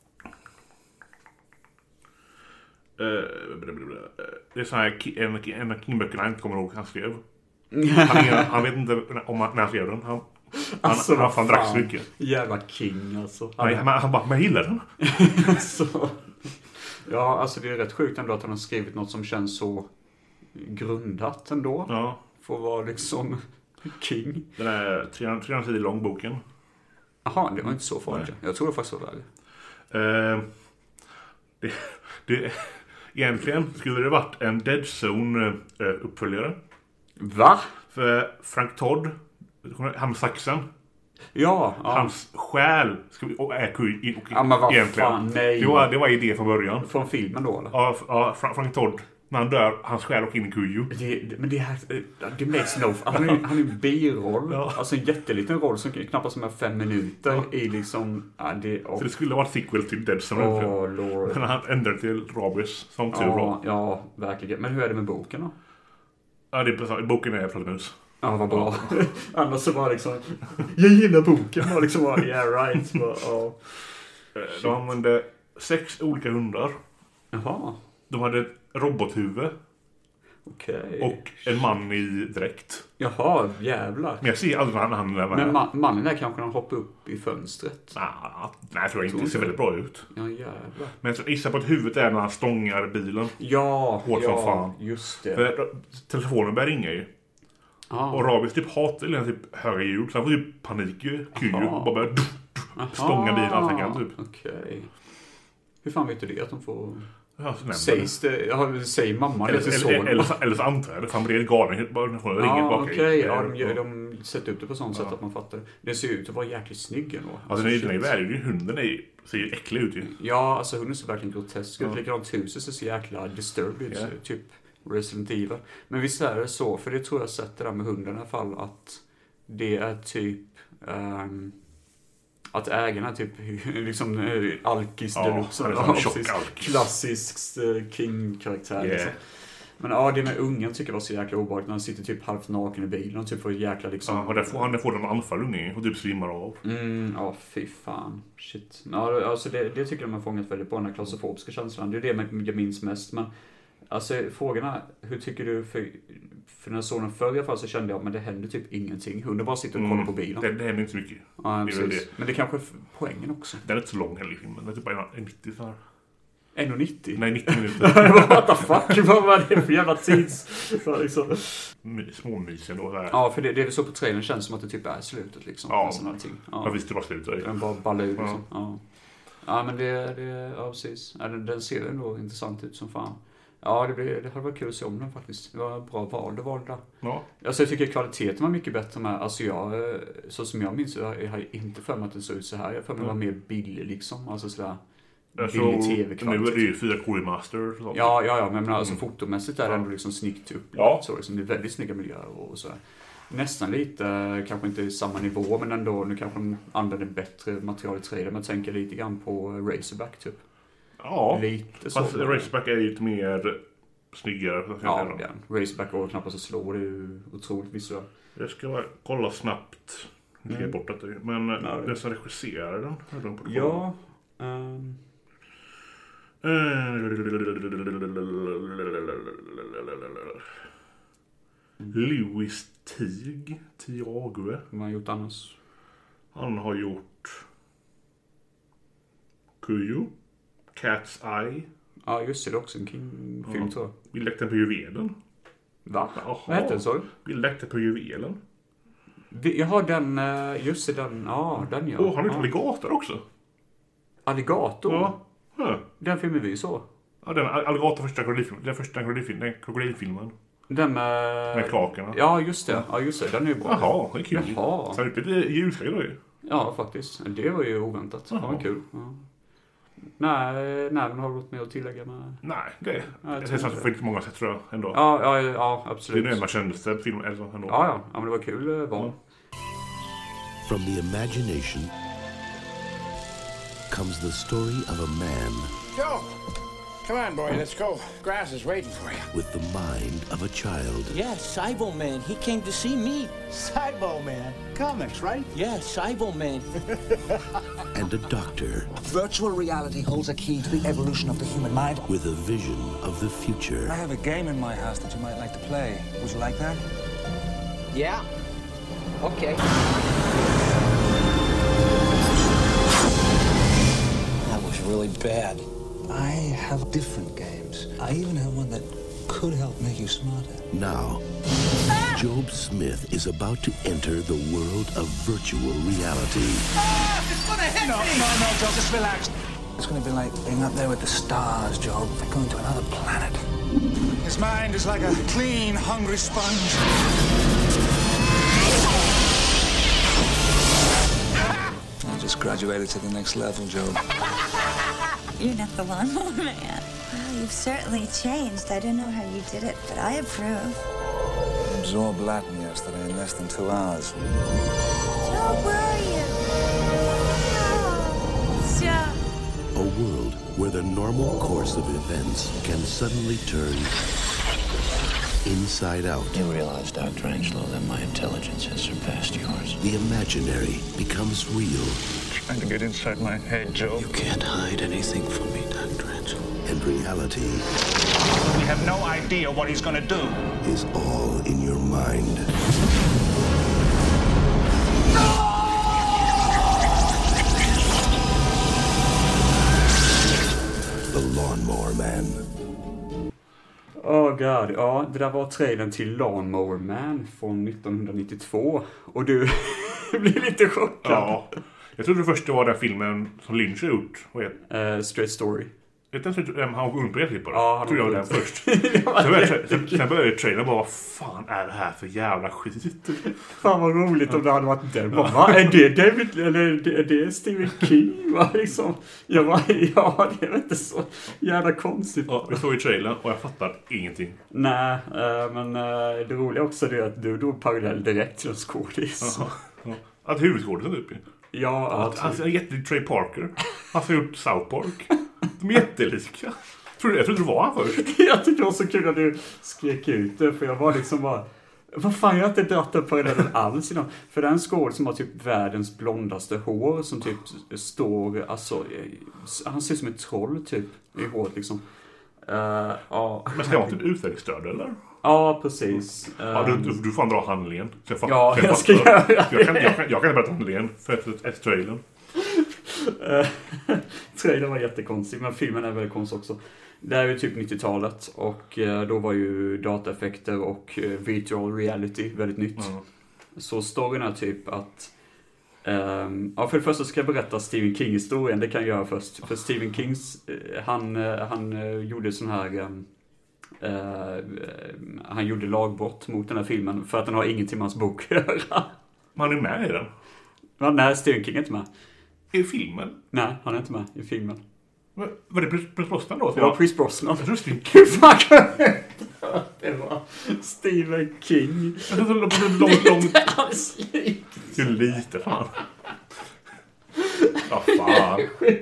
uh, det är så här en, en av King-böckerna jag inte kommer ihåg han skrev. Han, han vet inte om han, när han skrev den. Han, alltså, han, han drack så mycket. Jävla King alltså. Han, Nej, han, han bara, men jag gillar den. så. Ja, alltså det är rätt sjukt ändå att han har skrivit något som känns så grundat ändå. Ja. För att vara liksom King. Den är trehundra sidor lång boken. Jaha, det var inte så farligt. Nej. Jag tror det faktiskt var värre. Uh, det, det, egentligen skulle det varit en Dead Zone-uppföljare. Va? För Frank Todd, han saxen. Ja, ja. Hans själ ska vi, och är kuj, och, ja, men vad egentligen. Fan, nej. Det var, det var idé från början. Från filmen då, eller? Ja, ja Frank Todd. När han dör, hans själ åker in i Kujo. Det, det, men det här, det makes no... Han är, han är en biroll. Ja. Alltså en jätteliten roll som knappast som är fem minuter ja. i liksom... Ja, det, oh. Så det skulle vara ett sequel till Dead Zone. Åh, lord. Men han ändrade till Rabies, som tur ja, var. Ja, verkligen. Men hur är det med boken då? Ja, det är, boken är Fladdermus. Ja, vad bra. Ja. Annars så var liksom... Jag gillar boken. Var liksom bara, yeah, right. Bara, oh. De använde sex olika hundar. Jaha. De hade robothuvud. Okej. Och en man i dräkt. Jaha, jävlar. Men jag ser aldrig när han är. Men ma- mannen där kanske han hoppar upp i fönstret. Nah, nej, jag tror jag inte. Det ser väldigt bra ut. Ja, jävlar. Men jag tror gissa på att huvudet är när han stångar bilen. Ja, hårt ja, fan. Just det. För telefonen börjar ringa ju. Ah. Och Rabies typ hatar eller typ höga ljud. Så han får typ panik ju. Kujo. Och bara börjar stånga bilen. Allt han typ. Okej. Okay. Hur fan vet du det att de får... Ja, sägs det, ja, säger mamma eller, eller, eller, eller, eller så antar jag det, för han blir galen bara när hon ringer bak. Okej, okay. ja, de, gör, de sätter upp det på sånt ja. sätt att man fattar. Det ser ut att vara jäkligt snygg ändå. Alltså, alltså den är värdig, hunden är, ser ju äcklig ut ju. Ja, alltså hunden ser verkligen grotesk ut. Ja. Likadant huset ser så jäkla disturbed ut, ja. Typ Resident Evil. Men visst är det så, för det tror jag sett det där med hunden i alla fall, att det är typ... Um, att ägarna typ liksom alkis ja, deluxe. Ja, klassisk King-karaktär. Yeah. Liksom. Men ja, det med ungen tycker jag var så jäkla obehagligt när han sitter typ halvt naken i bilen och typ får jäkla liksom... Ja, och där får han får den anfall ungen och typ svimmar av. Mm, ja, fy fan. Shit. Ja, alltså det, det tycker jag man har fångat väldigt på, den här klaustrofobiska känslan. Det är det jag minns mest, men alltså frågan är, hur tycker du, för, för när jag såg den förr i alla fall så kände jag, men det händer typ ingenting. Hunden bara sitter och kollar mm, på bilen. Det, det händer inte så mycket. Ja, det är det. Men det kanske är poängen också. Den är inte så lång heller i filmen, det är typ bara en nittio så här. en nittio? Nej, nittio minuter. What the fuck, vad var det för jävla tids? Liksom. Småmysen då. Där. Ja, för det, det är så på trailern känns som att det typ är slutet liksom. Ja, ja. ja visst det var slutet. Den bara ballar ut liksom. Ja. Ja. Ja, men det, det ja precis. Ja, den, den ser ändå intressant ut som fan. Ja, det, blir, det hade varit kul att se om den faktiskt. Det var bra val, det var det där. Ja. Alltså jag tycker kvaliteten var mycket bättre med. Alltså jag, så som jag minns, jag har inte för mig att den såg ut så här. Jag för mig mm. var mer billig liksom. Alltså sådär billig tv-kvalitet. Nu är det ju fyra K master. Ja, ja, ja, men alltså mm. fotomässigt är det ändå liksom snyggt upp. Ja. Så liksom, det är väldigt snygga miljöer och så. Nästan lite, kanske inte samma nivå, men ändå, nu kanske de använder bättre material i trailern. Men jag tänker lite grann på Razorback typ. Ja, lite så. Fast Razorback är ju lite mer snyggare. Ja, ja. Razorback går knappast att slå, det är ju otroligt visuellt. Jag ska bara kolla snabbt. Mm. Bort detta. Men ja, den som regisserar den, är den på ja. Um... Louis Tig Tiague. Vad har han gjort annars? Han har gjort Kujo, Cat's Eye. Ja, just det, det är också en King-film, ja. Tror jag. Bildäkten på juvelen. Va? Jaha. Vad hette den, så? Bildäkten på juvelen. Jaha, den, just det, den, ja, den ja. Åh, oh, han har gjort ja. Alligator också. Alligator? Ja. Huh. Den filmen vi så. Ja, den Alligator första krokodilfilmen. Den första krokodilfilmen. krokodilfilmen. Den med... Med klakerna. Ja, just det. Ja, just det. Den är ju bra. Jaha, det är kul. Jaha. Så har du lite ljusare då ju. Ja, faktiskt. Det var ju oväntat. Jaha. Det var kul. Ja. Nej, nej, men har du gått med att tillägga med... Nej, det ja, det känns för inte många sätt tror jag ändå. Ja, ja, ja, absolut. Det är nu man kändes det filmen eller så ändå. Ja, ja, ja, men det var kul val. Ja. From the imagination comes the story of a man. Go! Come on, boy, let's go. Grass is waiting for you. With the mind of a child. Yeah, Cybo Man. He came to see me. Cybo Man? Comics, right? Yeah, Cybo Man. And a doctor. Virtual reality holds a key to the evolution of the human mind. With a vision of the future. I have a game in my house that you might like to play. Would you like that? Yeah. Okay. That was really bad. I have different games. I even have one that could help make you smarter. Now, Job Smith is about to enter the world of virtual reality. Ah, it's gonna hit no, me! No, no, no, Job, just relax. It's gonna be like being up there with the stars, Job. Like going to another planet. His mind is like a clean, hungry sponge. I just graduated to the next level, Job. You're not the lawnmower man. Well, you've certainly changed. I don't know how you did it, but I approve. I absorbed Latin yesterday in less than two hours. Job, where are you? Oh, Job. A world where the normal course of events can suddenly turn inside out. You realize, Doctor Angelo, that my intelligence has surpassed yours. The imaginary becomes real. Trying to get inside my head, Joe. You can't hide anything from me, Doctor Angelo. And reality... We have no idea what he's gonna do. ...is all in your mind. The Lawnmower Man. Oh god, ja, det där var trailern till Lawnmower Man från nittonhundranittiotvå. Och du blir lite chockad. Ja, jag trodde det första var den filmen som Lynch har gjort. Vad heter? Uh, Straight Story. Jag tänkte att han var runt på det bara. Ja, jag tror jag var den först. Sen började, sen, sen började trailern bara, vad fan är det här för jävla skit? Fan vad roligt om det hade varit den. Bara, va? Är det David, eller är det Stephen King? Va? Liksom, jag bara, ja, det är inte så jävla konstigt. Ja, jag såg i trailern och jag fattar ingenting. Nej, äh, men äh, det roliga också är att du drog parallell direkt till en skådis. Ja, ja. Att huvudskådisen typ. Ja, att, han är jättelik Trey Parker. Han har gjort South Park. De är jättelika. Jag trodde, jag trodde det var han först. Jag tyckte det var så kul att du skrek ut det. För jag var liksom bara... Vad fan, jag har inte dratt upp på den alls idag. För den skål som har typ världens blondaste hår. Som typ står... Alltså, han ser ut som ett troll typ. I håret liksom. Uh, ja. Men ska jag ha typ utvecklingsstörd eller? Ja, precis. Ja, du, du, du får dra handlingen. Så jag får, ja, jag, jag ska fattar. göra det. Jag kan, jag kan, jag kan inte berätta handlingen för ett, ett trailern. Trailern var jättekonstig, men filmen är väldigt konstig också. Det är ju typ nittiotalet och då var ju dataeffekter och virtual reality väldigt nytt. Mm. Så storyn är typ att um, ja, för det första ska jag berätta Stephen King-historien, det kan jag göra först. För Stephen Kings, han, han gjorde sån här um, uh, han gjorde lagbrott mot den här filmen för att den har ingenting med hans bok att göra. Man är med i den? Ja, nej, Stephen King är inte med. I filmen? Nej, han är inte med i filmen. Men, var det Chris Brosnan då? Ja, Chris Brosnan. Jag tror Stephen King. Fuck! Det var Stephen King. Jag tror det var långt, långt. Det är alls lite. Det är lite, fan. Vad fan.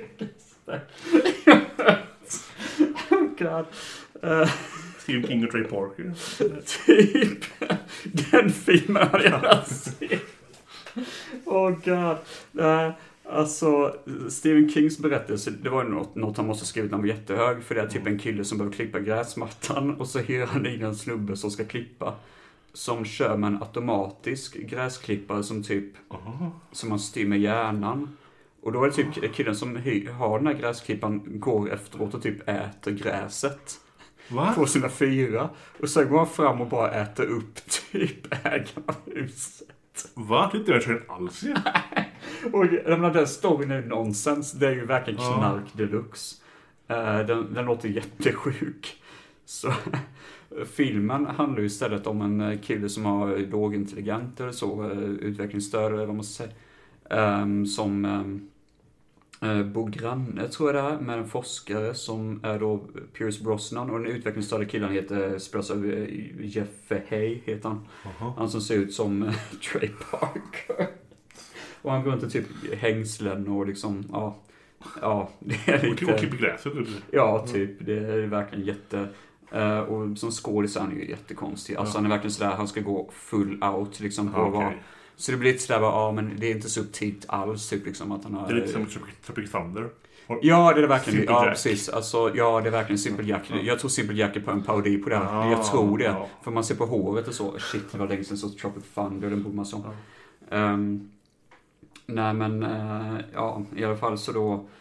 Oh god. Uh, Stephen King och Trey Parker. Typ. Den filmen hade jag velat se. Oh god. Uh, Alltså, Stephen Kings berättelse, det var ju något, något han måste skrivit när han var jättehög. För det är typ en kille som behöver klippa gräsmattan. Och så hyr han in en snubbe som ska klippa. Som kör med en automatisk gräsklippare som typ, uh-huh. som man styr med hjärnan. Och då är det typ killen som hy- har den här gräsklipparen går efteråt och typ äter gräset. Va? På sina fyra. Och sen går han fram och bara äter upp typ ägarna av huset. Va? Det är inte jag alls igen. Och jag menar, den storyn är nonsens. Det är ju verkligen knark ja. deluxe. Uh, den, den låter jättesjuk. Så filmen handlar ju istället om en kille som har lågintelligent eller så, uh, utvecklingsstörd eller vad man ska säga. Um, som um, uh, bor granne, tror jag det är, med en forskare som är då Pierce Brosnan. Och den utvecklingsstörda killen heter, spelas av uh, Jeff Fahey, heter han. Uh-huh. Han som ser ut som uh, Trey Parker. Och han går inte typ hängslen och liksom, ja, ja, det är lite... Och klipper gräset. Ja, typ, det är verkligen jätte... Uh, och som skådis är han ju jättekonstig. Alltså ja. Han är verkligen sådär, han ska gå full out liksom. På okay. Så det blir lite sådär, ja men det är inte subtilt alls typ liksom att han har... Det är lite som Tropic Thunder. Ja, det är verkligen, Simple ja Jack. Precis. Alltså, ja, det är verkligen Simple Jack. Ja. Jag tror Simple Jack är på en parodi på det här. Ah, jag tror det. Ja. För man ser på håret och så, shit, det var länge sedan så Tropic Thunder, den borde man så. Ja. Um, Nej men, uh, ja, i alla fall så då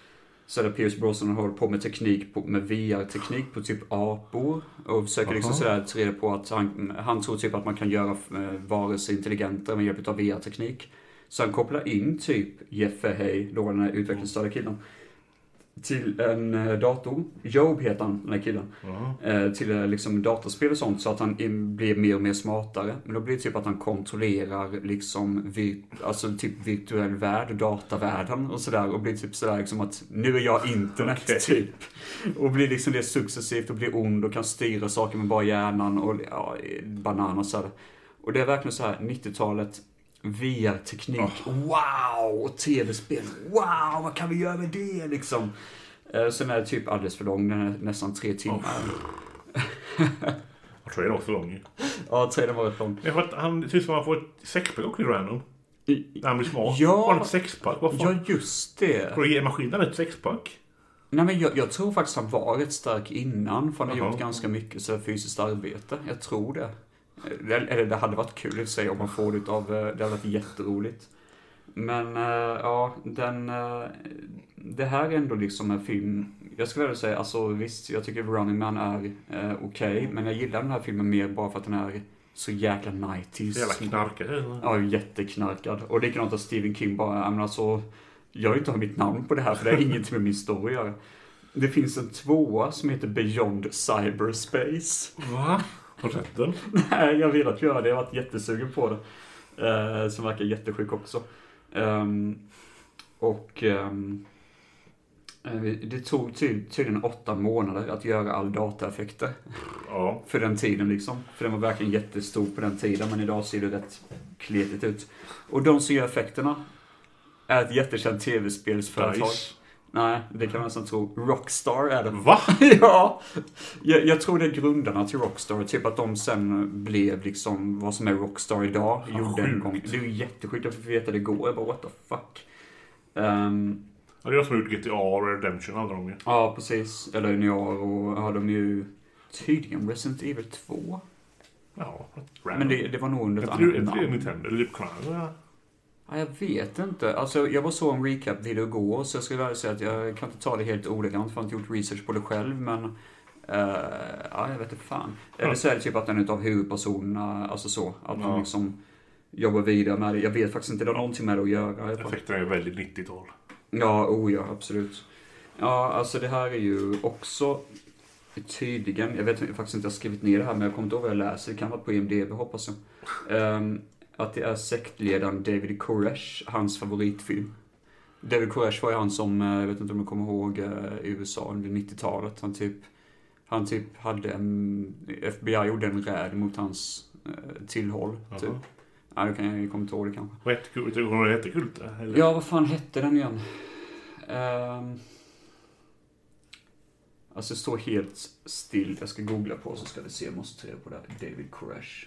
Så där Pierce Brosnan håller på med teknik, på, med V R-teknik på typ apor. Och försöker liksom sådär ta reda på att han, han tror typ att man kan göra varelser intelligenta med hjälp av V R-teknik. Så han kopplar in typ Jeff Fahey, då den här utvecklingsstörda killen, till en dator. Job heter han, den här killen. Mm. Till liksom datorspel och sånt, så att han blir mer och mer smartare. Men då blir det typ att han kontrollerar liksom vir- alltså typ virtuell värld, datavärlden och sådär. Och blir typ sådär liksom att nu är jag internet okay. typ. Och blir liksom det successivt och blir ond och kan styra saker med bara hjärnan och ja, banan och sådär. Och det är verkligen så här nittiotalet. V R-teknik, oh. wow, och tv-spel, wow, vad kan vi göra med det liksom? Eh, sen är det typ alldeles för lång, den är nästan tre timmar. Oh. Jag tror den var för lång. Ja, trailern var rätt lång. Jag får att han tycks som att han får ett sexpack också random. När han blir smart. Ja, har ett sexpack. ja, just det. Får du ge maskinen ett sexpack? Nej, men jag, jag tror faktiskt han var rätt stark innan, för han har uh-huh. gjort ganska mycket så fysiskt arbete. Jag tror det. Eller det hade varit kul att se om man får det av, det hade varit jätteroligt. Men äh, ja, den äh, det här är ändå liksom en film. Jag skulle vilja säga, alltså visst, jag tycker Running Man är äh, okej, okay, men jag gillar den här filmen mer bara för att den är så jäkla nineties. Jävla knarkad. Ja, jätteknarkad. Och likadant att Stephen King bara, jag menar så, jag vill inte ha mitt namn på det här, för det är ingenting med min story att göra. Det finns en tvåa som heter Beyond Cyberspace. Va? Har du sett den? Nej, jag vill att göra det. Jag har varit jättesugen på det. Uh, som verkar jättesjuk också. Um, och um, det tog ty- tydligen åtta månader att göra all dataeffekter. Ja. För den tiden liksom. För den var verkligen jättestor på den tiden. Men idag ser det rätt kletigt ut. Och de som gör effekterna är ett jättekänt tv-spelsföretag. Nice. Nej, det kan man nästan tro. Rockstar är det. Va? Ja. Jag, jag tror det är grundarna till Rockstar. Typ att de sen blev liksom vad som är Rockstar idag. Ja, gjorde en gång. Det är ju jättesjukt att få veta det går. Jag bara, what the fuck. Um, ja, det är de som har gjort G T A och Redemption alla gånger. Ja, precis. Eller Niar och har de ju tydligen Resident Evil två. Ja, men det, det var nog under ett annat namn. Jag tror det är Nintendo. Eller typ Knarr. Ja, jag vet inte. Alltså, jag var så en recap-video igår, så jag skulle väl säga att jag kan inte ta det helt ordagrant, för jag har inte gjort research på det själv, men uh, ja, jag vet inte fan. Eller mm. så är det typ att den är av huvudpersonerna, alltså så, att ja. de liksom jobbar vidare med det. Jag vet faktiskt inte, det har någonting med det att göra. Effekterna är väldigt nittiotal. Ja, oh ja, absolut. Ja, alltså det här är ju också tydligen, jag vet faktiskt inte, jag har skrivit ner det här, men jag kommer inte ihåg vad jag läser, det kan vara på I M D B, hoppas jag. Um, att det är sektledaren David Koresh, hans favoritfilm. David Koresh var ju han som, jag vet inte om du kommer ihåg, i U S A under nittiotalet. Han typ, han typ hade en, F B I gjorde en räd mot hans eh, tillhåll. Typ. Ja, det kan jag, jag kommer inte ihåg det kanske. Vad hette hon? Hette Kult? Ja, vad fan hette den igen? Um, alltså det står helt still. Jag ska googla på så ska vi se, jag måste ta på det här. David Koresh.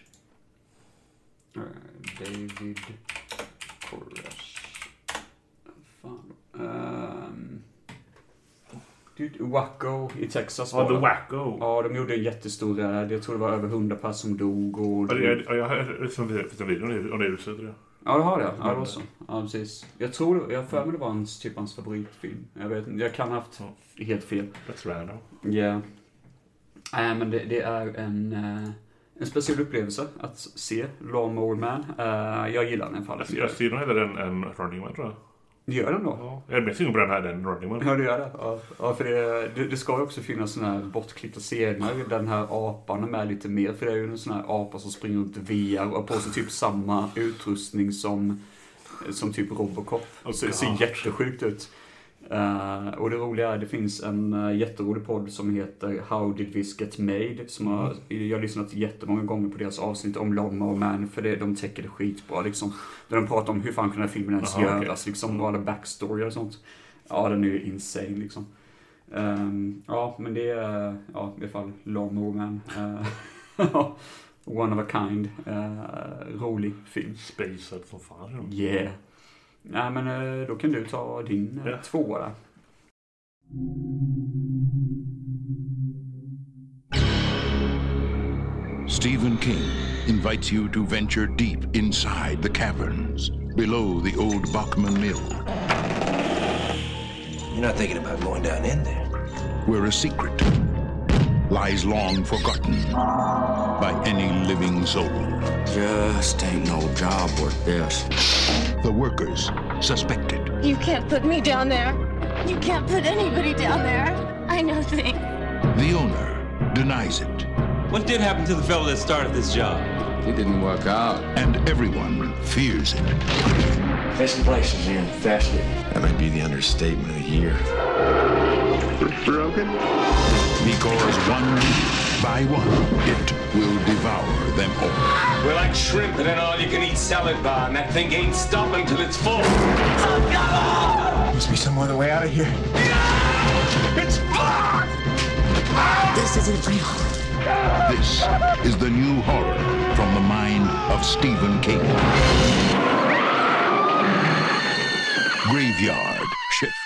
David Koresh. Fan. Um, dude, Waco i Texas. Ja, The Waco. Ja, de gjorde en jättestor räd. Jag tror det var över hundra personer som dog. Och ja, jag, jag, jag har som videon om det huset. Ja, det har det. Ja, det var så. Ja, precis. Jag tror, jag för mig det var hans, typ hans favoritfilm. Jag vet inte, jag kan ha haft ja. helt fel. That's random. Ja. Yeah. Nej, men det, det är en... Uh, En speciell upplevelse att se Lawnmower Man. Uh, jag gillar den fallet. Jag ser nog hellre en, en Running Man, tror jag. Gör den då? Ja. Jag är mest på den här, den Running Man. Ja, det gör det. Ja, ja för det, det, det ska ju också finnas såna här bortklippta scener. Den här apan är med lite mer. För det är ju en sån här apa som springer runt V R och har på sig typ samma utrustning som, som typ Robocop. Oh, så det ser jättesjukt ut. Uh, och det roliga är, det finns en uh, jätterolig podd som heter How Did This Get Made, som mm. har, jag har lyssnat jättemånga gånger på deras avsnitt om Lawnmower Man, för det, de täcker det skitbra liksom. Där de pratar om hur fan kan den här filmen ens Aha, göras okay. liksom, och alla backstory och sånt. Ja, den är ju insane liksom. Um, ja, men det är ja, i alla fall Lawnmower Man. Uh, one of a kind. Uh, rolig film. Spacad som fan. Yeah. Nej, men då kan du ta din ja. tvåa där. Stephen King invites you to venture deep inside the caverns below the old Bachman Mill. You're not thinking about going down in there. Where a secret lies long forgotten by any living soul. Just ain't no job worth this. The workers suspected. You can't put me down there. You can't put anybody down there. I know things. The owner denies it. What did happen to the fellow that started this job? It didn't work out. And everyone fears it. This place is infested. That might be the understatement of the year. It's broken. Because one by one, it will devour them all. We're like shrimp in an all-you-can-eat salad bar, and that thing ain't stopping till it's full. Must be some other way out of here. It's blood! This isn't real. This is the new horror from the mind of Stephen King. Graveyard Shift.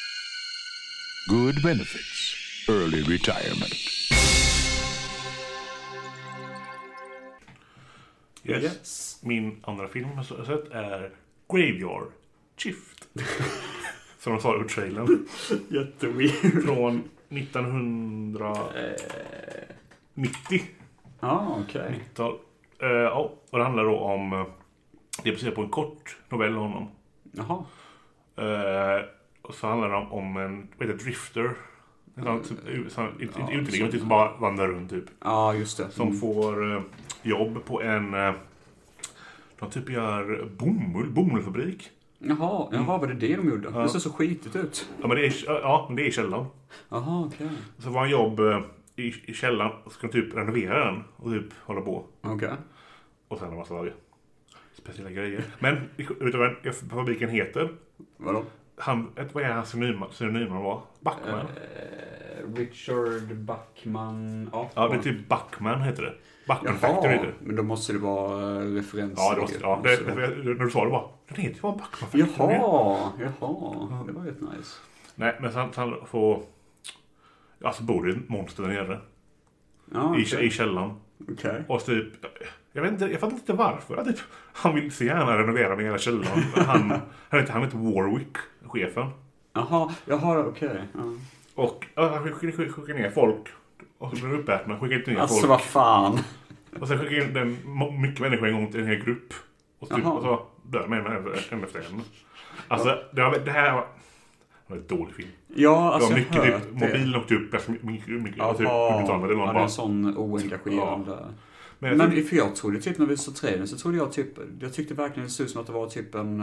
Good benefits. Early retirement. Yes. Yes. Min andra film jag har sett är Graveyard Shift. Som de sa i trailern. Jätteweird. Från nittonhundranittio. Ja, ah, okej. Okay. Uh, ja, och det handlar då om... Uh, det är baserat på en kort novell om honom. Jaha. Uh, och så handlar det om, om en vad heter, drifter. En sån, mm. sån, inte ja, uteliggande, typ som bara vandrar runt typ. Ja, ah, just det. Som mm. får uh, jobb på en... Uh, de typ gör bomull, bomullfabrik. Jaha, jaha, var det det de gjorde? Ja. Det ser så skitigt ut. Ja, men det är, ja, men det är i källaren. Jaha, okej. Okay. Så var en jobb uh, i, i källaren och ska typ renovera den och typ hålla på. Okej. Okay. Och sen en massa speciella grejer. Men vet du vad fabriken heter? Vadå? Han, vad är hans synonym var? Backman? Uh, Richard Backman. Ja, ja, det är typ Backman heter det. Backman Factory heter det. Men då måste det vara referens. Ja, det måste, ja det, det, när du sa det bara. Det heter ju bara Backman Factory. Jaha, jaha. Det var rätt nice. Nej, men sen han får... Alltså bor det ett monster där nere. Ja, okay. I, I källan. Okej. Okay. Och typ... Jag vet inte, jag fattar inte varför. Typ, han vill så gärna renovera den hela källan. Han, han heter han heter Warwick, chefen. Jaha, jaha, okej. Okay. Ja. Och ja, han skickar, skickar, skickar ner folk. Och så blir det uppätna. Skickar inte ner alltså, folk. Alltså vad fan. Och sen skickar in den mycket människor en gång till en hel grupp. Och, typ, och så dör man en efter en. Alltså, det, var, det här var... Det var en dålig film. Ja, alltså det var mycket, typ, mobilen åkte upp mycket, mycket, mycket Jaha, typ, ja, det är en sån oengagerande. Ja. Men, men typ, för jag trodde typ när vi så trailern så trodde jag typ, jag tyckte verkligen det såg ut som att det var typ en,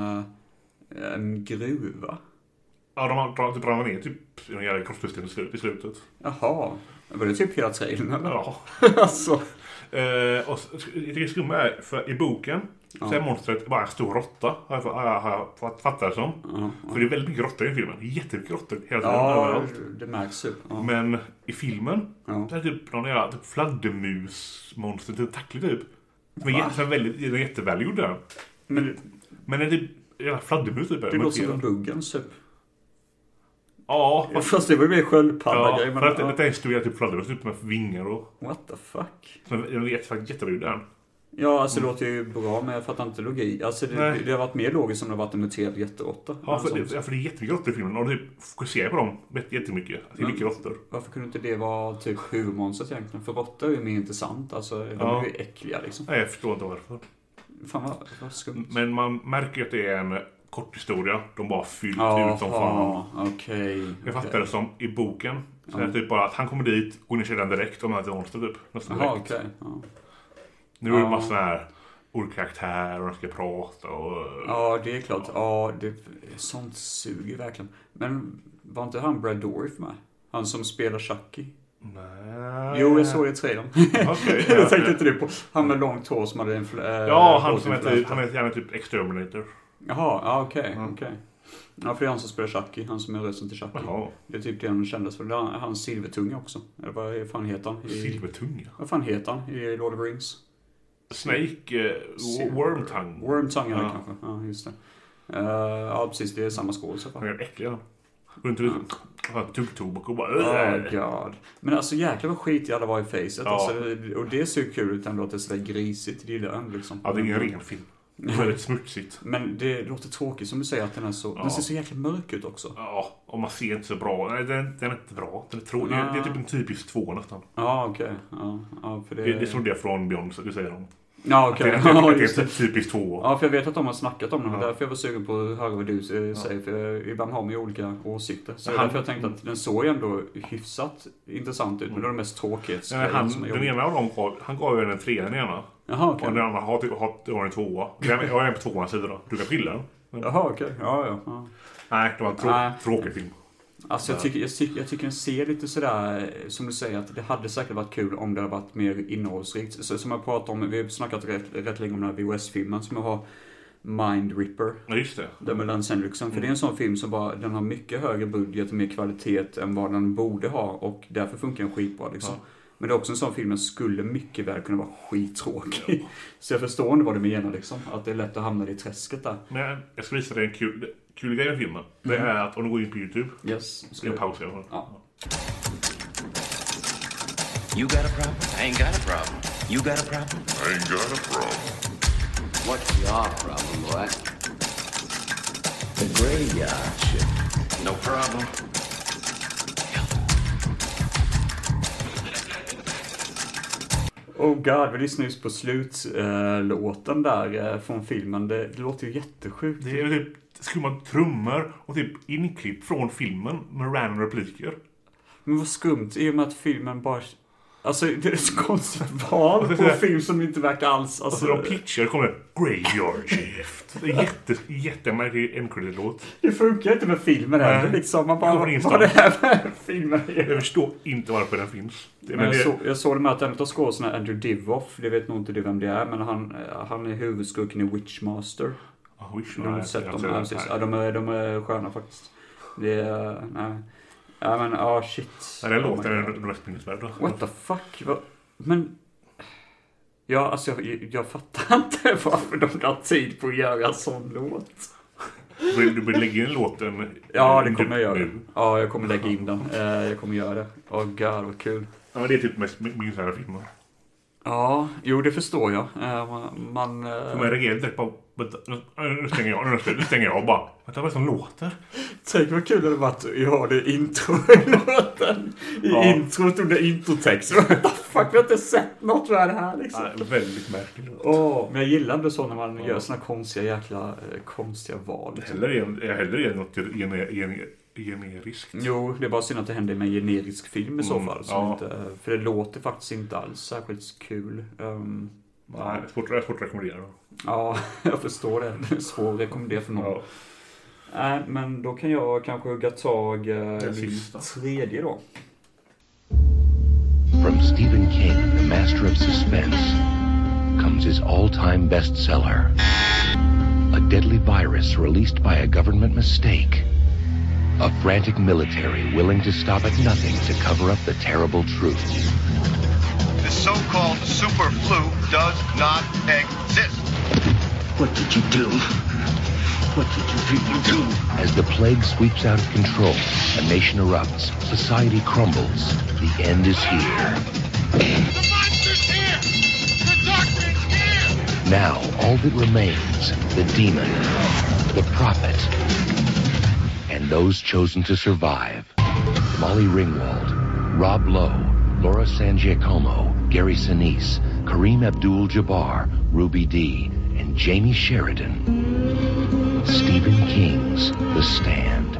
en gruva. Ja, de har typ ramlat ner typ en jävla kroppsbestånd i slutet. Jaha, var det typ hela trailern eller? Ja. Alltså. Uh, och det skumma är, för i boken ja. Så är monstret bara en stor råtta, har jag, har jag, har jag fattat det som. Ja, ja. För det är väldigt mycket råttor i filmen. Det är jättemycket råttor hela tiden. Ja, överallt. Det märks upp. Ja. Men i filmen ja. så är det typ någon jävla typ fladdermusmonster, typ tacklig typ. Som är, som är väldigt, är jättevälgjord där. Men, Men det är typ jävla fladdermus typ. Det låter som en buggen typ. Ja, fast det var mer sköldpadda ja, grej. Men för att ja. Det är en stor typ fladdermus typ med vingar och... What the fuck? Som är jättefakt jätterolig där. Ja, alltså det låter ju bra, men jag fattar inte logik. Alltså det, det har varit mer logiskt om det har varit en muterad jätteråtta. Ja, för det, ja, för det är jättemycket råttor i filmen. Och typ fokuserar på dem jättemycket. Det är mycket råttor. Varför kunde inte det vara typ huvudmonstret egentligen? För råttor är ju mer intressant. Alltså, de ja. är ju äckliga liksom. Nej, jag förstår inte varför. Fan vad, vad skumt. Men man märker att det är en kort historia. De bara fyllt Aha, ut som fan. Okej. Okay, jag fattar okay. det som i boken. Så ja. är det typ bara att han kommer dit och ni den direkt och möter monster typ. Nästan direkt. Aha, okay. ja. Nu är det ja. massa här olika karaktärer och de ska prata och... Ja, det är klart. Ja, det, sånt suger verkligen. Men var inte han Brad Dourif med? Han som spelar Chucky? Nej. Jo, jag såg det i trailern. Okay, ja, jag tänkte inte det på. Han med långt hår som hade en... Äh, ja, han som heter, han är gärna typ Exterminator. Jaha, ja, okej. Okay, mm. okay. Ja, för det är han som spelar Chucky. Han som är rösten till Chucky. Jaha. Det är typ det han kändes för. Det är han Silvertunga också. Eller vad fan heter han? I, Silvertunga? Vad fan heter han i Lord of the Rings? Snake, uh, Wormtongue. Wormtongue är det ja. kanske. Ja, just det. Uh, ja, precis. Det är samma skål så fall. Han är äcklig, ja. Runt ut. Han tog tobak och bara... Oh god. Men alltså jäklar vad skit alla var i facet. Ja. Alltså, och det ser kul ut ändå att det är sådär grisigt. Det är den liksom. Ja, det är ingen ren film. Väldigt smutsigt. Men det låter tråkigt som du säger att den är så... Ja. Den ser så jäkla mörk ut också. Ja, och man ser inte så bra. Nej, den, den är inte bra. Den är trå- det, är, det är typ en typisk två nästan. Ja, okej. Okay. Ja, ja, för det... Det, det trodde jag från Beyond, så du säger de. Ja, okej. Okay. Det, det, det, det är typiskt två. Ja, för jag vet att de har snackat om det. Ja. Därför jag var sugen på att höra vad du säger. Ja. För ibland har man ju olika åsikter. Så han, därför jag tänkte att den såg ändå hyfsat intressant ut. Men det är det mest tråkigt. Ja, han, den ena av dem gav, han gav ju den trea den ena. Jaha, okej. Okay. Och den andra har, har, har en tvåa. Jag är på tvåans sida då. Du kan skilja den. Men... Jaha, okej. Okay. Ja, ja, ja. Nej, det var en trå- Nej. tråkig film. Alltså jag tycker, jag, tycker, jag tycker den ser lite sådär, som du säger, att det hade säkert varit kul om det hade varit mer innehållsrikt. Så, som jag pratat om, vi har snackat rätt, rätt länge om den här V H S-filmen som jag har, Mind Ripper. Ja, just det. Den med Lance Henriksen. För mm. det är en sån film som bara, den har mycket högre budget och mer kvalitet än vad den borde ha. Och därför funkar den skitbra liksom. Ja. Men det är också en sån film som skulle mycket väl kunna vara skittråkig. Ja. Så jag förstår inte vad du menar liksom. Att det är lätt att hamna i träsket där. Men jag ska visa dig en kul, kul grej med filmen. Det är att om du går in på YouTube. Yes. Ska jag pausa i alla fall. Ja. You got a problem? I ain't got a problem. You got a problem? I ain't got a problem. What's your problem, boy? The graveyard ship. No problem. Oh god, vi lyssnade just på slutlåten äh, där äh, från filmen. Det, det låter ju jättesjukt. Det är typ skumma trummor och typ inklipp från filmen med random repliker. Men vad skumt, i och med att filmen bara... Alltså det är så konstigt val på en film som inte verkar alls... Alltså de pitchar kommer Graveyard Shift. Det är jätte, jättemärklig end-credit-låt. Det funkar inte med filmen heller liksom. Man bara, vad är det här med filmen? Jag förstår inte varför den finns. Det, men jag, det... Så, jag såg det med att en av skådespelarna, Andrew Divoff, det vet nog inte du vem det är, men han, han är huvudskurken i Witchmaster. Oh, Witchmaster. De har sett dem här, ja, de, är, de är sköna faktiskt. Det är... Nej. Ja men, ja oh, shit. Ja, den låten är den mest minnesvärda. What the fuck? Men... Ja, alltså jag, jag fattar inte varför de har tid på att göra en sån låt. Du, du vill lägga in låten? Ja, det kommer jag göra. Nu. Ja, jag kommer lägga in den. Jag kommer göra det. Åh oh, god, vad kul. Ja, men det är typ mest minnesvärda filmer. Ja, jo det förstår jag. Man... man För man reagerar direkt på... Nu stänger jag, nu stänger jag bara. Vänta, vad är det som låter? Tänk vad kul det hade varit att jag har det intro i låten. I ja. introt under introtext. Fuck, vi har inte sett något för det här liksom. Ja, väldigt märkligt. Åh, men jag gillar ändå så när man ja. gör såna konstiga jäkla konstiga val. Liksom. Hellre hellre är något gener, gener, generiskt. Jo, det är bara synd att det händer med en generisk film i så fall. Som ja. inte, för det låter faktiskt inte alls särskilt kul. Um, Nej, ja. svårt, svårt att rekommendera. Ja, jag förstår det. Det är svårt att rekommendera för någon. Ja. Nej, men då kan jag kanske hugga tag uh, min tredje då. From Stephen King, the master of suspense, comes his all-time bestseller. A deadly virus released by a government mistake. A frantic military willing to stop at nothing to cover up the terrible truth. The so-called super flu does not exist. What did you do? What did you people do? As the plague sweeps out of control, a nation erupts, society crumbles, the end is here. The monster's here! The doctor's here! Now, all that remains, the demon, the prophet, and those chosen to survive. Molly Ringwald, Rob Lowe, Laura San Giacomo, Gary Sinise, Kareem Abdul-Jabbar, Ruby Dee, and Jamie Sheridan. Stephen King's The Stand.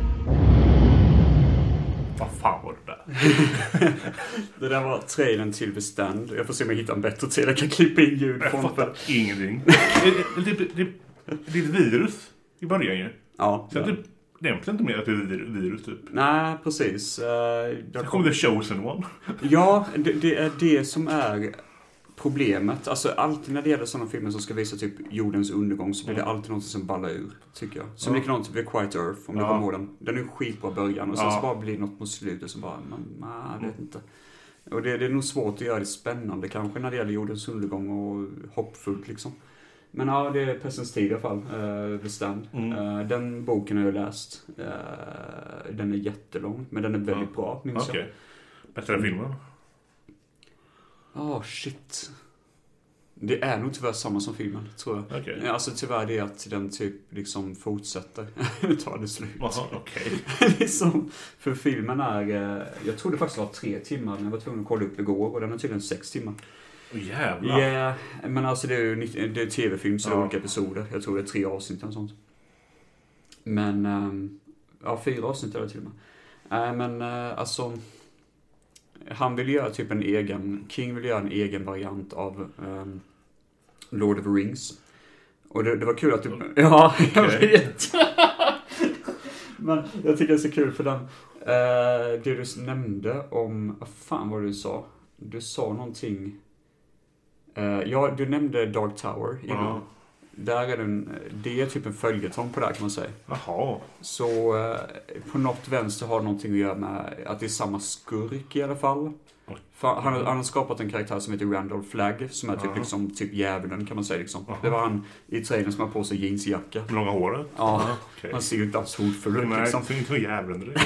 Vad fan var det där? Det där var trailern till The Stand. Jag får se om jag hittar en bättre till. Jag kan klippa in ljud. Jag fattar ingenting. det, det, det, det är ett virus i början ju. Ja. Så ja. Det nämns inte mer att det är virus typ. Nej, precis. Uh, Sen kom The Chosen One. Ja, det, det är det som är problemet. Alltså alltid när det gäller sådana filmer som ska visa typ jordens undergång så blir det alltid något som ballar ur, tycker jag. Som ja. likadant typ Quiet Earth, om ja. du kommer ihåg den. Den är skitbra början och sen ja. så bara blir något mot slutet som bara, man, man vet inte. Och det, det är nog svårt att göra det spännande kanske när det gäller jordens undergång och hoppfullt liksom. Men ja, det är Pestens tid i alla fall, uh, The Stand. Mm. Uh, den boken har jag läst. Uh, den är jättelång, men den är väldigt ja. bra, minns okay. jag. Bättre än filmen? Åh, oh, shit. Det är nog tyvärr samma som filmen, tror jag. Okay. Alltså tyvärr det är att den typ liksom fortsätter. tar det slut. Aha, okay. liksom, för filmen är, jag trodde faktiskt det var tre timmar, men jag var tvungen att kolla upp igår och den är tydligen sex timmar. Oh, jävlar. Ja, yeah, men alltså det är ju det är tv-film så det är olika episoder. Jag tror det är tre avsnitt eller sånt. Men, um, ja fyra avsnitt är det till och med. Uh, men uh, alltså, han vill göra typ en egen, King vill göra en egen variant av um, Lord of the Rings. Och det, det var kul att du, ja, jag vet. Men jag tycker det är så kul för den, uh, det du nämnde om, vad fan var det du sa? Du sa någonting. Uh, ja, du nämnde Dark Tower innan. Uh-huh. Där är den, det är typ en följetong på det här kan man säga. Jaha. Så uh, på något vänster har det någonting att göra med att det är samma skurk i alla fall. För han, han har skapat en karaktär som heter Randall Flagg som är typ uh-huh. liksom typ djävulen kan man säga liksom. Uh-huh. Det var han i trailern som har på sig jeansjacka. Långa håret? Ja, uh-huh. okay. Han ser ju inte alls hotfull ut liksom. Nej, inte så djävulen det.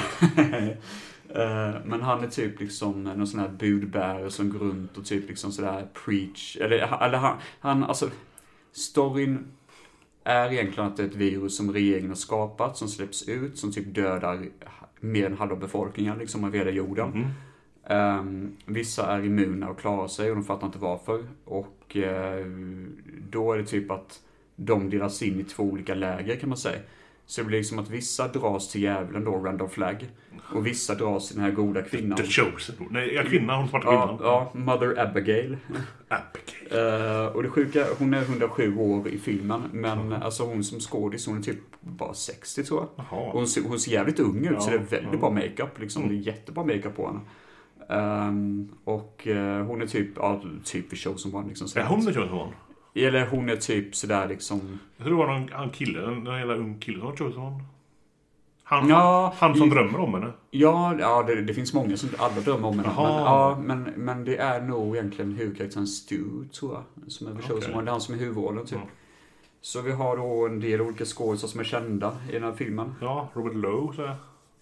Uh, men han är typ liksom någon sån här budbärare som går runt och typ liksom sådär preach. Eller, eller han, han, alltså storyn är egentligen att det är ett virus som regeringen har skapat som släpps ut, som typ dödar mer än halva befolkningen liksom av hela jorden. Mm-hmm. Um, vissa är immuna och klarar sig och de fattar inte varför. Och uh, då är det typ att de delas in i två olika läger kan man säga. Så det blir liksom att vissa dras till djävulen då, Randall Flagg. Och vissa dras till den här goda kvinnan. The Chosen. Nej, jag kvinna, hon svarta kvinnan. Ja, ja, Mother Abigail. Abigail. Uh, och det sjuka, hon är hundrasju år i filmen. Men mm. alltså hon som skådis, hon är typ bara sextio tror jag. Och hon, ser, hon ser jävligt ung ut, ja, så det är väldigt ja. bra makeup liksom. Mm. Det är jättebra makeup på henne. Um, och uh, hon är typ, ja, typ The Chosen One liksom. Ja, hon är Chosen One. Eller hon är typ sådär liksom. Jag tror det var någon han kille, en hela ung kille som var Chosen One. Han, ja, han som i, drömmer om henne. Ja, ja det, det finns många som alla drömmer om henne. Men, ja, men, men det är nog egentligen huvudkaraktären Stu, tror jag. Som är The Chosen One, det är han som är huvudrollen typ. Mm. Så vi har då en del olika skådespelare som är kända i den här filmen. Ja, Robert Lowe så jag.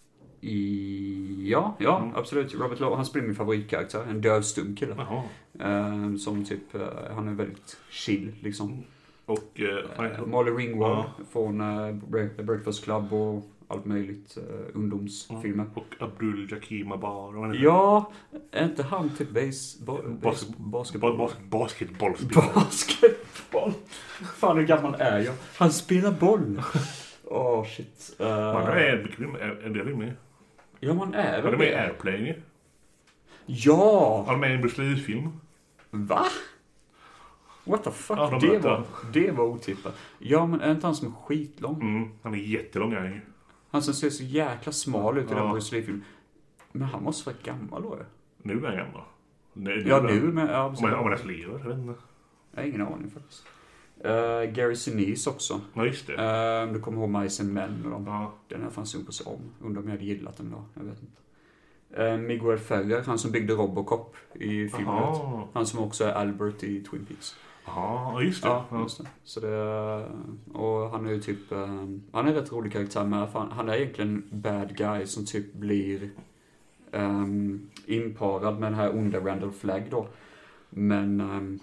I, ja, ja, mm. absolut. Robert Lowe, han spelar min favoritkaraktär, en dövstum kille. Uh, som typ, uh, han är väldigt chill liksom. Och uh, uh, Molly Ringwald uh. från uh, Breakfast Club och allt möjligt uh, ungdomsfilmer. Uh. Och Abdul Jakim Abar. Ja, är inte han typ base, ba, base, basketboll? Bas, basketboll. Basketboll. Fan hur gammal är jag? Han spelar boll. Åh oh, shit. Uh, man är bekväm, är det med? Ja, man är väl. Är det med Airplane? Ja. Har de med en Bruce Lee-film? Va? What the fuck? Ja, de det, var, det var otippat. Ja, men är inte han som är skitlång? Mm, han är jättelång. Jag. Han som ser så jäkla smal ut i ja. den Bruce Lee-filmen. Men han måste vara gammal då. Nu är han gammal. Nu, ja, nu med... Ja, om man, om man är lever, jag vet inte. Jag har ingen aning faktiskt. Uh, Gary Sinise också. Ja, just det. Uh, du kommer ihåg Mice and Men och de. Ja. Den här fanns ju på sig om. Undrar om jag hade gillat den då. Jag vet inte. Uh, Miguel Ferrer, han som byggde Robocop i filmen. Aha. Han som också är Albert i Twin Peaks. Ja, just det. Ja, just det. Så det, och han är ju typ, um, han är en rätt rolig karaktär med. Han, han är egentligen bad guy som typ blir um, inparad med den här onda Randall Flagg då. Men um,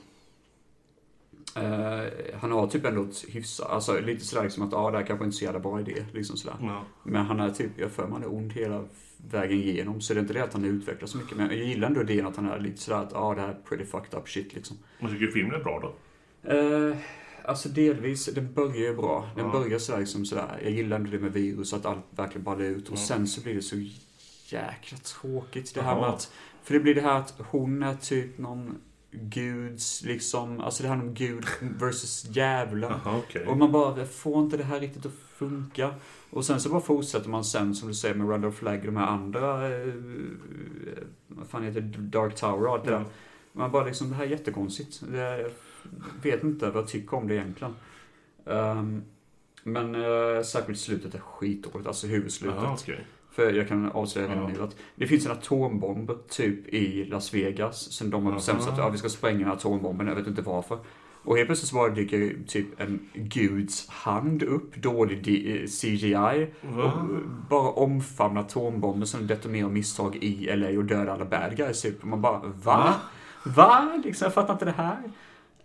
uh, han har typ ändå ett hyfsat, alltså lite sådär liksom att ja, ah, det här kanske inte är så jävla bra idé liksom sådär. Ja. Men han är typ, jag för man är ond hela vägen igenom, så det är inte det att han utvecklar så mycket, men jag gillar ändå det att han är lite sådär att ja, ah, det här är pretty fucked up shit liksom. Men tycker du filmen är bra då? Uh, alltså delvis, den börjar ju bra. Den ja. börjar sådär liksom sådär, jag gillar ändå det med virus, att allt verkligen ballar ut. Och ja. sen så blir det så jäkla tråkigt det här Aha. med att, för det blir det här att hon är typ någon guds liksom, alltså det här om gud versus djävulen. Aha, okay. Och man bara får inte det här riktigt att funka. Och sen så bara fortsätter man sen, som du säger, med Randall Flagg och de här andra eh, vad fan heter det, Dark Tower och allt det där. Man bara liksom, det här är jättekonstigt. Det, jag vet inte vad jag tycker om det egentligen. Um, men uh, särskilt slutet är skitdåligt, alltså huvudslutet. Aha, okay. För jag kan avslöja redan nu att det finns en atombomb typ i Las Vegas. Sen de har bestämt sig att ja, vi ska spränga den atombomben, jag vet inte varför. Och helt plötsligt så bara dyker typ en guds hand upp, dålig C G I. Va? Och bara omfamnar atombomben som detonerar misstag i L A och dödar alla bad guys. Typ. Man bara, va? Va? Liksom, jag fattar inte det här.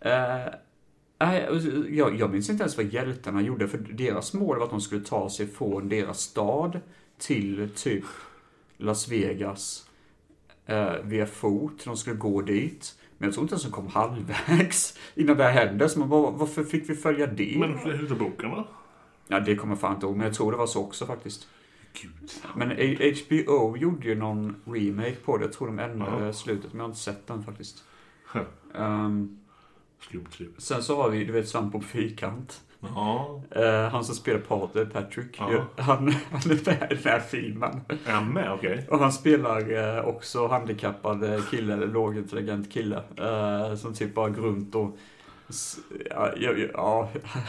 Uh, jag, jag minns inte ens vad hjältarna gjorde, för deras mål var att de skulle ta sig från deras stad till typ Las Vegas uh, via fot. De skulle gå dit. Men jag tror inte ens de kom halvvägs innan det hände. Så man bara, varför fick vi följa det? Men hur är boken då? Ja, det kommer fan inte ihåg. Men jag tror det var så också faktiskt. Gud. Men H B O gjorde ju någon remake på det. Jag tror de ändrade ja. slutet. Men jag har inte sett den faktiskt. um, Sen så har vi, du vet, Svamp på fyrkant. Ja. Uh, han som spelar Pater, Patrick. Ja. Han, han är med i den här filmen. Är han med? Okej. Okay. Och han spelar uh, också handikappad kille, eller lågintelligent kille. Uh, som typ bara går runt och... Ja, ja, ja.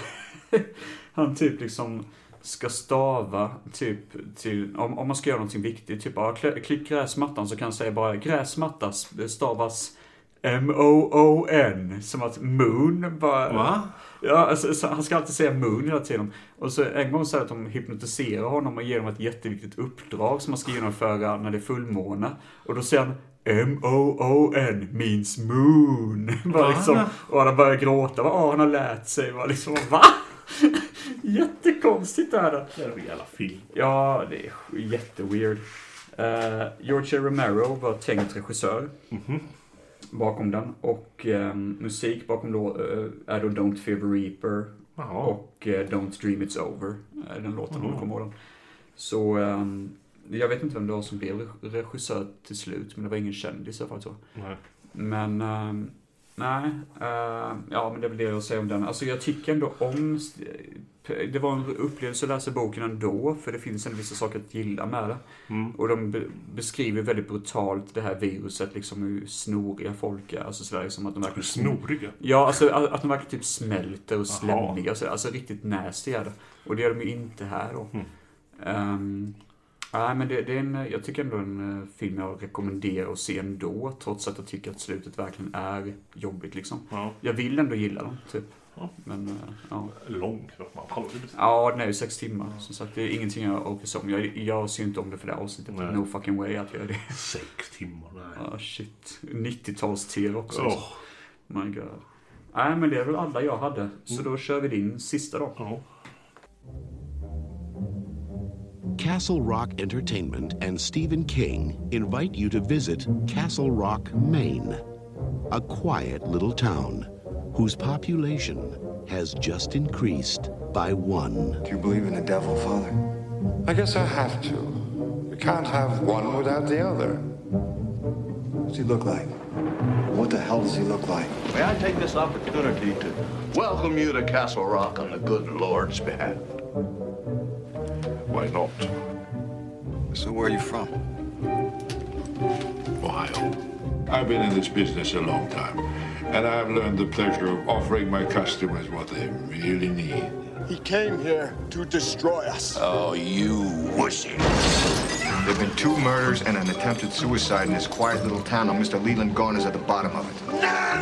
Han typ liksom ska stava typ till... Om, om man ska göra någonting viktigt. Typ bara klick gräsmattan, så kan han säga bara gräsmatta stavas... M O O N. Som att moon bara... Va? Ja, alltså, så han ska alltid säga moon hela tiden. Och så en gång så att de hypnotiserar honom och ger honom ett jätteviktigt uppdrag som man ska genomföra när det är fullmåne. Och då säger han M O O N means moon. Bara liksom, och han börjar gråta. Åh, han har lärt sig. Bara liksom, va? Jättekonstigt det här. Det är en jävla film. Ja, det är jätteweird. Uh, George Romero var tänkt regissör. Mhm. Bakom den. Och eh, musik bakom då eh, är då Don't Fear the Reaper. Aha. Och eh, Don't Dream It's Over. Är den låten hon kommer ihåg den. Så eh, jag vet inte vem det var som blev regissör till slut. Men det var ingen kändis i alla fall så. Nej. Men eh, nej. Eh, ja, men det är väl det jag säger om den. Alltså jag tycker ändå om... Det var en upplevelse att läsa boken ändå, för det finns en vissa saker att gilla med det. Mm. Och de be- beskriver väldigt brutalt det här viruset, liksom hur snoriga folk är. Alltså sådär, liksom att de verkligen... Snoriga? Ja, alltså att de verkligen typ smälter och slemmiga och så. Alltså riktigt nasty är det. Och det gör de ju inte här då. Mm. Um, nej, men det, det är en, jag tycker ändå en uh, film jag rekommenderar att se ändå, trots att jag tycker att slutet verkligen är jobbigt liksom. Ja. Jag vill ändå gilla dem, typ. Ja. Men, uh, ja. Lång, man ja, den är ju sex timmar. Som sagt, det är ingenting jag orkar se om. Jag, jag ser inte om det för det avsnittet. Nej. No fucking way att göra det. Sex timmar, nej. Ja, oh, shit. nittio-tals-tv också. Oh. My god. Nej, men det är väl alla jag hade. Så mm. då kör vi din sista då. Oh. Castle Rock Entertainment and Stephen King invite you to visit Castle Rock, Maine. A quiet little town whose population has just increased by one. Do you believe in the devil, Father? I guess I have to. You can't have one without the other. What does he look like? What the hell does he look like? May I take this opportunity to welcome you to Castle Rock on the good Lord's behalf? Why not? So where are you from? Ohio. I've been in this business a long time, and I've learned the pleasure of offering my customers what they really need. He came here to destroy us. Oh, you wussy. There have been two murders and an attempted suicide in this quiet little town, and Mister Leland Garner's at the bottom of it.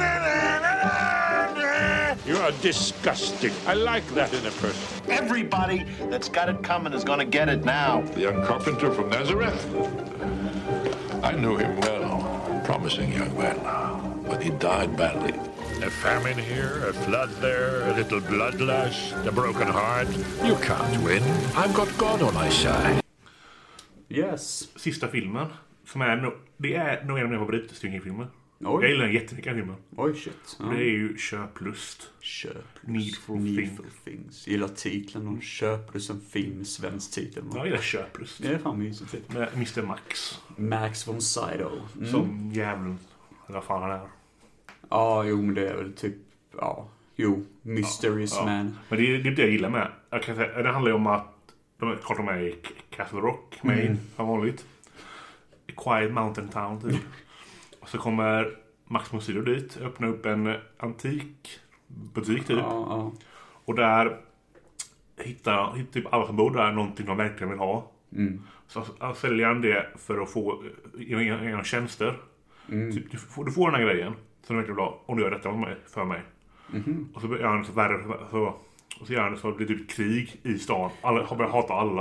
You are disgusting. I like that in a person. Everybody that's got it coming is gonna get it now. The young carpenter from Nazareth. I knew him well. Promising young man, but he died badly. A famine here, a flood there, a little bloodlust, a broken heart. You can't win. I've got God on my side. Yes. Sista filmen, som är, no, det är nog en av mina favoritstyrningsfilmer. Oj. Jag gillar den jättemycket, filmen. Oj, shit. Ja. Det är ju Köplust. Köplust. Needful, Needful things. things. Jag gillar titeln och Köplust en film, svensk titel. Ja, jag gillar Köplust. Det är fan mysigt titel. Med mister Max. Max von Sydow. Mm. Som jävlen. Vad fan han är. Ja, jo, men det är väl typ, ja, jo, Mysterious ja, Man. Ja. Men det är, det är det jag gillar med. Jag kan säga, det handlar ju om att de är med i Castle Rock, Maine, mm. som vanligt. Quiet Mountain Town, typ. Och så kommer Max von Sydow dit, öppnar upp en antik butik, typ. Ja, ja. Och där hittar, hittar typ alla som bor där någonting de verkligen vill ha. Mm. Så alltså, säljer han det för att få genom tjänster. Mm. Typ, du, får, du får den här grejen som du verkligen vill ha, om du gör detta med mig, för mig. Mm-hmm. Och så gör han så värre så, och så gör han så att det blir typ krig i stan. Alla har börjat hata alla.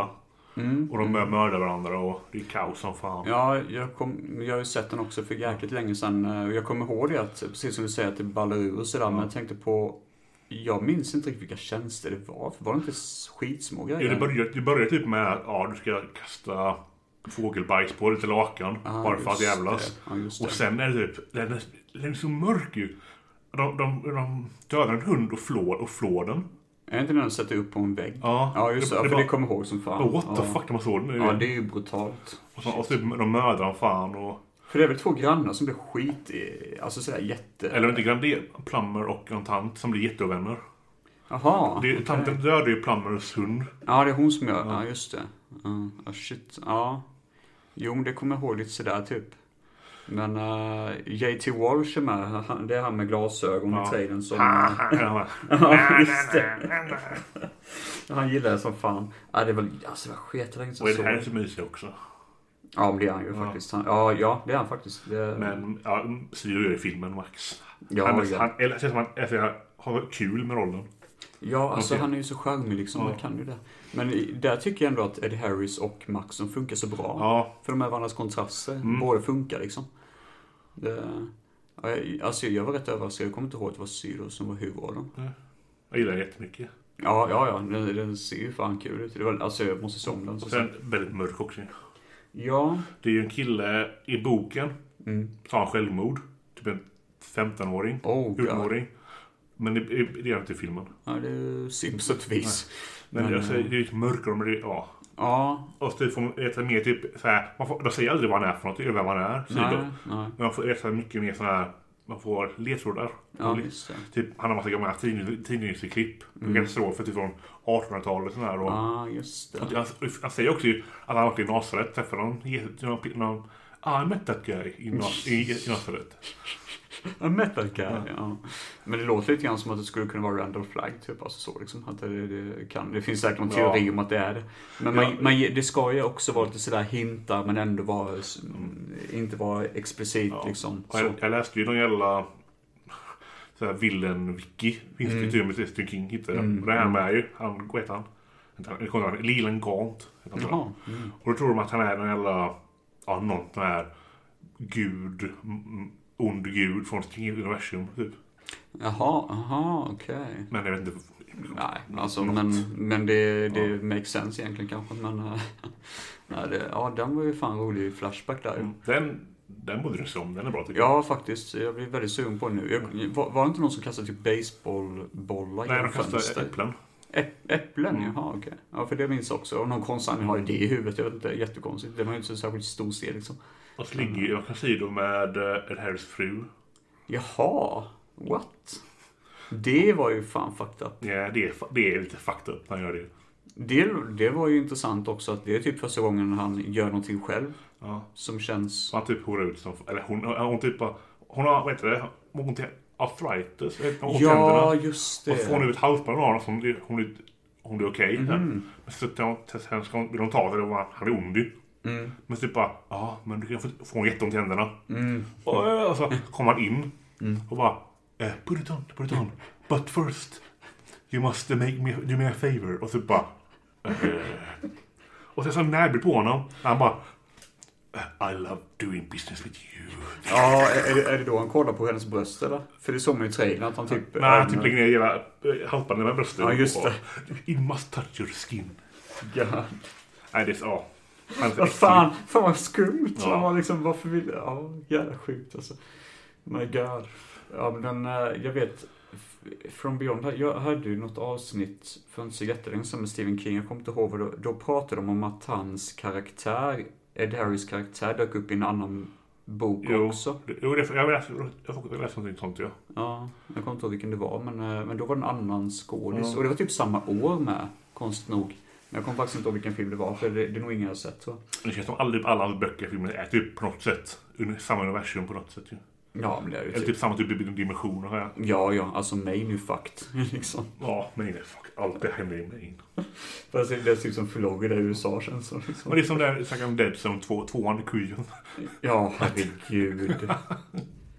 Mm. Och de börjar mörda varandra och det är kaos som fan. Ja, jag, kom, jag har ju sett den också för jäkligt länge sedan. Jag kommer ihåg det att, precis som du säger, att det ballar ur och sådär. Mm. Men jag tänkte på, jag minns inte riktigt vilka tjänster det var. För var det inte skitsmå grejer? Ja, det börjar, det börjar typ med att ja, du ska kasta fågelbajs på lite lakan. Ah, bara för att jävlas. Ja, och sen är det typ, den är, den är så mörk ju. De, de, de dödar en hund och flår, och flår den. Är inte när den sätter upp på en vägg? Ja, ja just det. det, det, det för det kommer ihåg som fan. Oh, what the ja. fuck, man såg den. Ja, det är ju brutalt. Och så, och så de mördar han fan och... För det är väl två grannar som blir skit i, alltså sådär jätte... Eller inte grann, det är Plummer och en tant som blir jätteovänner. Jaha. Det, tanten okay. dödar ju Plummers hund. Ja, det är hon som gör, ja, ja just det. Ja, uh, oh, shit, ja. Jo, men det kommer jag ihåg lite sådär typ. Men uh, J T Walsh är med, han, det är han med glasögon ja. i trailern som... ja, just det. Han gillar det som fan. Ja, det är väl, alltså vad sketar det inte så. Och det här är så mysigt också. Ja, men det är han ju ja. faktiskt. Han, ja, ja, det är han faktiskt. Det... Men, ja, så gör det i filmen, Max. Ja, han, ja. Han, eller, som han, alltså, har kul med rollen. Ja, alltså okay. han är ju så charmig liksom, ja. man kan ju det. Men där tycker jag ändå att Ed Harris och Max som funkar så bra. Ja. För de här varandras kontraster, mm. båda funkar liksom. Det, alltså jag var rätt överraskad, jag kommer inte ihåg att det var Sydo som var huvudrollen. Ja. Jag gillar det jättemycket. Ja, ja, ja, den, den ser ju fan kul ut. Det var, alltså jag måste se om den. Och sen väldigt mörk också. Ja. Det är ju en kille i boken mm. tar en självmord. Typ en femton-åring. Oh, fjorton-åring. Men det, det är inte i filmen. Ja, det är Simpsons-vis. Men, Men alltså, det är ju mörkare om det är, ja. Ja. Och så får man veta mer typ så här, man får, de säger aldrig vad han är för något, vem han är. Nej, nej. Men man får veta mycket mer så här, man får ledtrådar. Ja, just det. Typ, han har massa gamla tidningsklipp. Mm. Katastrofer typ från artonhundratalet och sådär. Och, ja, just det. Och han, han säger också att han har varit i Nasaret, träffar någon, någon, någon ah, I met that guy i, i, i Nasaret. I met that guy, ja. ja. Men det låter lite grann som att det skulle kunna vara Randall Flagg typ, alltså så liksom. Att det, det, kan, det finns säkert någon teori ja. om att det är det. Men man, ja. man, det ska ju också vara lite sådär hintar, men ändå vara, mm, inte vara explicit ja. liksom. Så. Jag, jag läste ju någon jävla såhär Villen-wiki. Finns det ju till och med Stephen King hittade. Mm. Det här med ju, han, vad heter han? han Leland Gaunt. Jaha. Mm. Och då tror de att han är någon jävla, ja, någon sån här gud, m- ond gud från universum typ. Jaha, aha, okej. Okay. Men jag vet inte. Nej, alltså men, men det, det ja. makes sense egentligen kanske. Men äh, nej, det, ja, den var ju fan rolig flashback där. Mm. Den, den borde du se om, den är bra tycker jag. Ja, faktiskt. Jag blir väldigt sugen på den nu. Jag, var, var det inte någon som kastade typ baseballbollar? Nej, de kastade äpplen. Ä- äpplen, mm. jaha, okej. Okay. Ja, för det minns också. Och någon konstig mm. har ju det i huvudet. Jag vet inte, jättekonstigt. Det var ju inte så särskilt stor sted liksom. Och så ligger ju, jag kan säga då med Ed Harris fru. Jaha, what? Det var ju fan fucked up. Ja, det är, det är lite fucked up när han gör det. det. Det var ju intressant också att det är typ första gången han gör någonting själv. Ja. Som känns... Han typ horar ut som... Eller hon, hon typ... Hon har, vad heter det? Hon har arthritis. Ja, tänderna. Just det. Och får hon ut halsband av honom som hon är, hon är okej. Okay, mm. Men så sen ska vill hon ta det och han är ond ju. Mm. Men så typ bara, ja, men du kan få, få en jätteont i händerna. Mm. Och, och så kommer han in mm. och bara, eh, put it on, put it on. But first, you must make me, do me a favor. Och så bara, eh. och sen så närbild på honom. Han bara, I love doing business with you. Ja, är det, är det då han kollar på hennes bröst eller? För det såg man ju i trailern att han typ... Nej, han typ lägger ner hela halsbandet med bröstet. Ja, just det. You must touch your skin. Ja. Nej, det är så, ja. Vad fan, fan vad skumt. Ja. Man var liksom, varför vill jag? Ja, jävla sjukt alltså. My god. Ja, men den, jag vet, From Beyond, jag hörde ju något avsnitt för inte så jättelänge som med Stephen King, jag kommer inte ihåg, då, då pratade de om att hans karaktär, Ed Harris karaktär, dök upp i en annan bok jo, också. Jo, det, jag läste jag läste någonting sånt, ja. Ja, jag kommer inte ihåg vilken det var, men, men då var det en annan skådis. Ja. Och det var typ samma år med, konstigt nog. Men jag kommer faktiskt inte ihåg vilken film det var, för det, det är nog ingen jag har sett. Så. Det känns som alla, alla hans böcker och filmer är typ på något sätt samma universum på något sätt ju. Ja, men det är ju Eller typ, typ samma typ av dimensioner har jag. Ja, ja, alltså Maine är ju fucked liksom. Ja, Maine är fucked. Allt det händer i Maine. Fast det är typ som Florida i U S A känns så liksom. Och det är som där Second Dead som två, tvåan i kujen. Ja, herregud.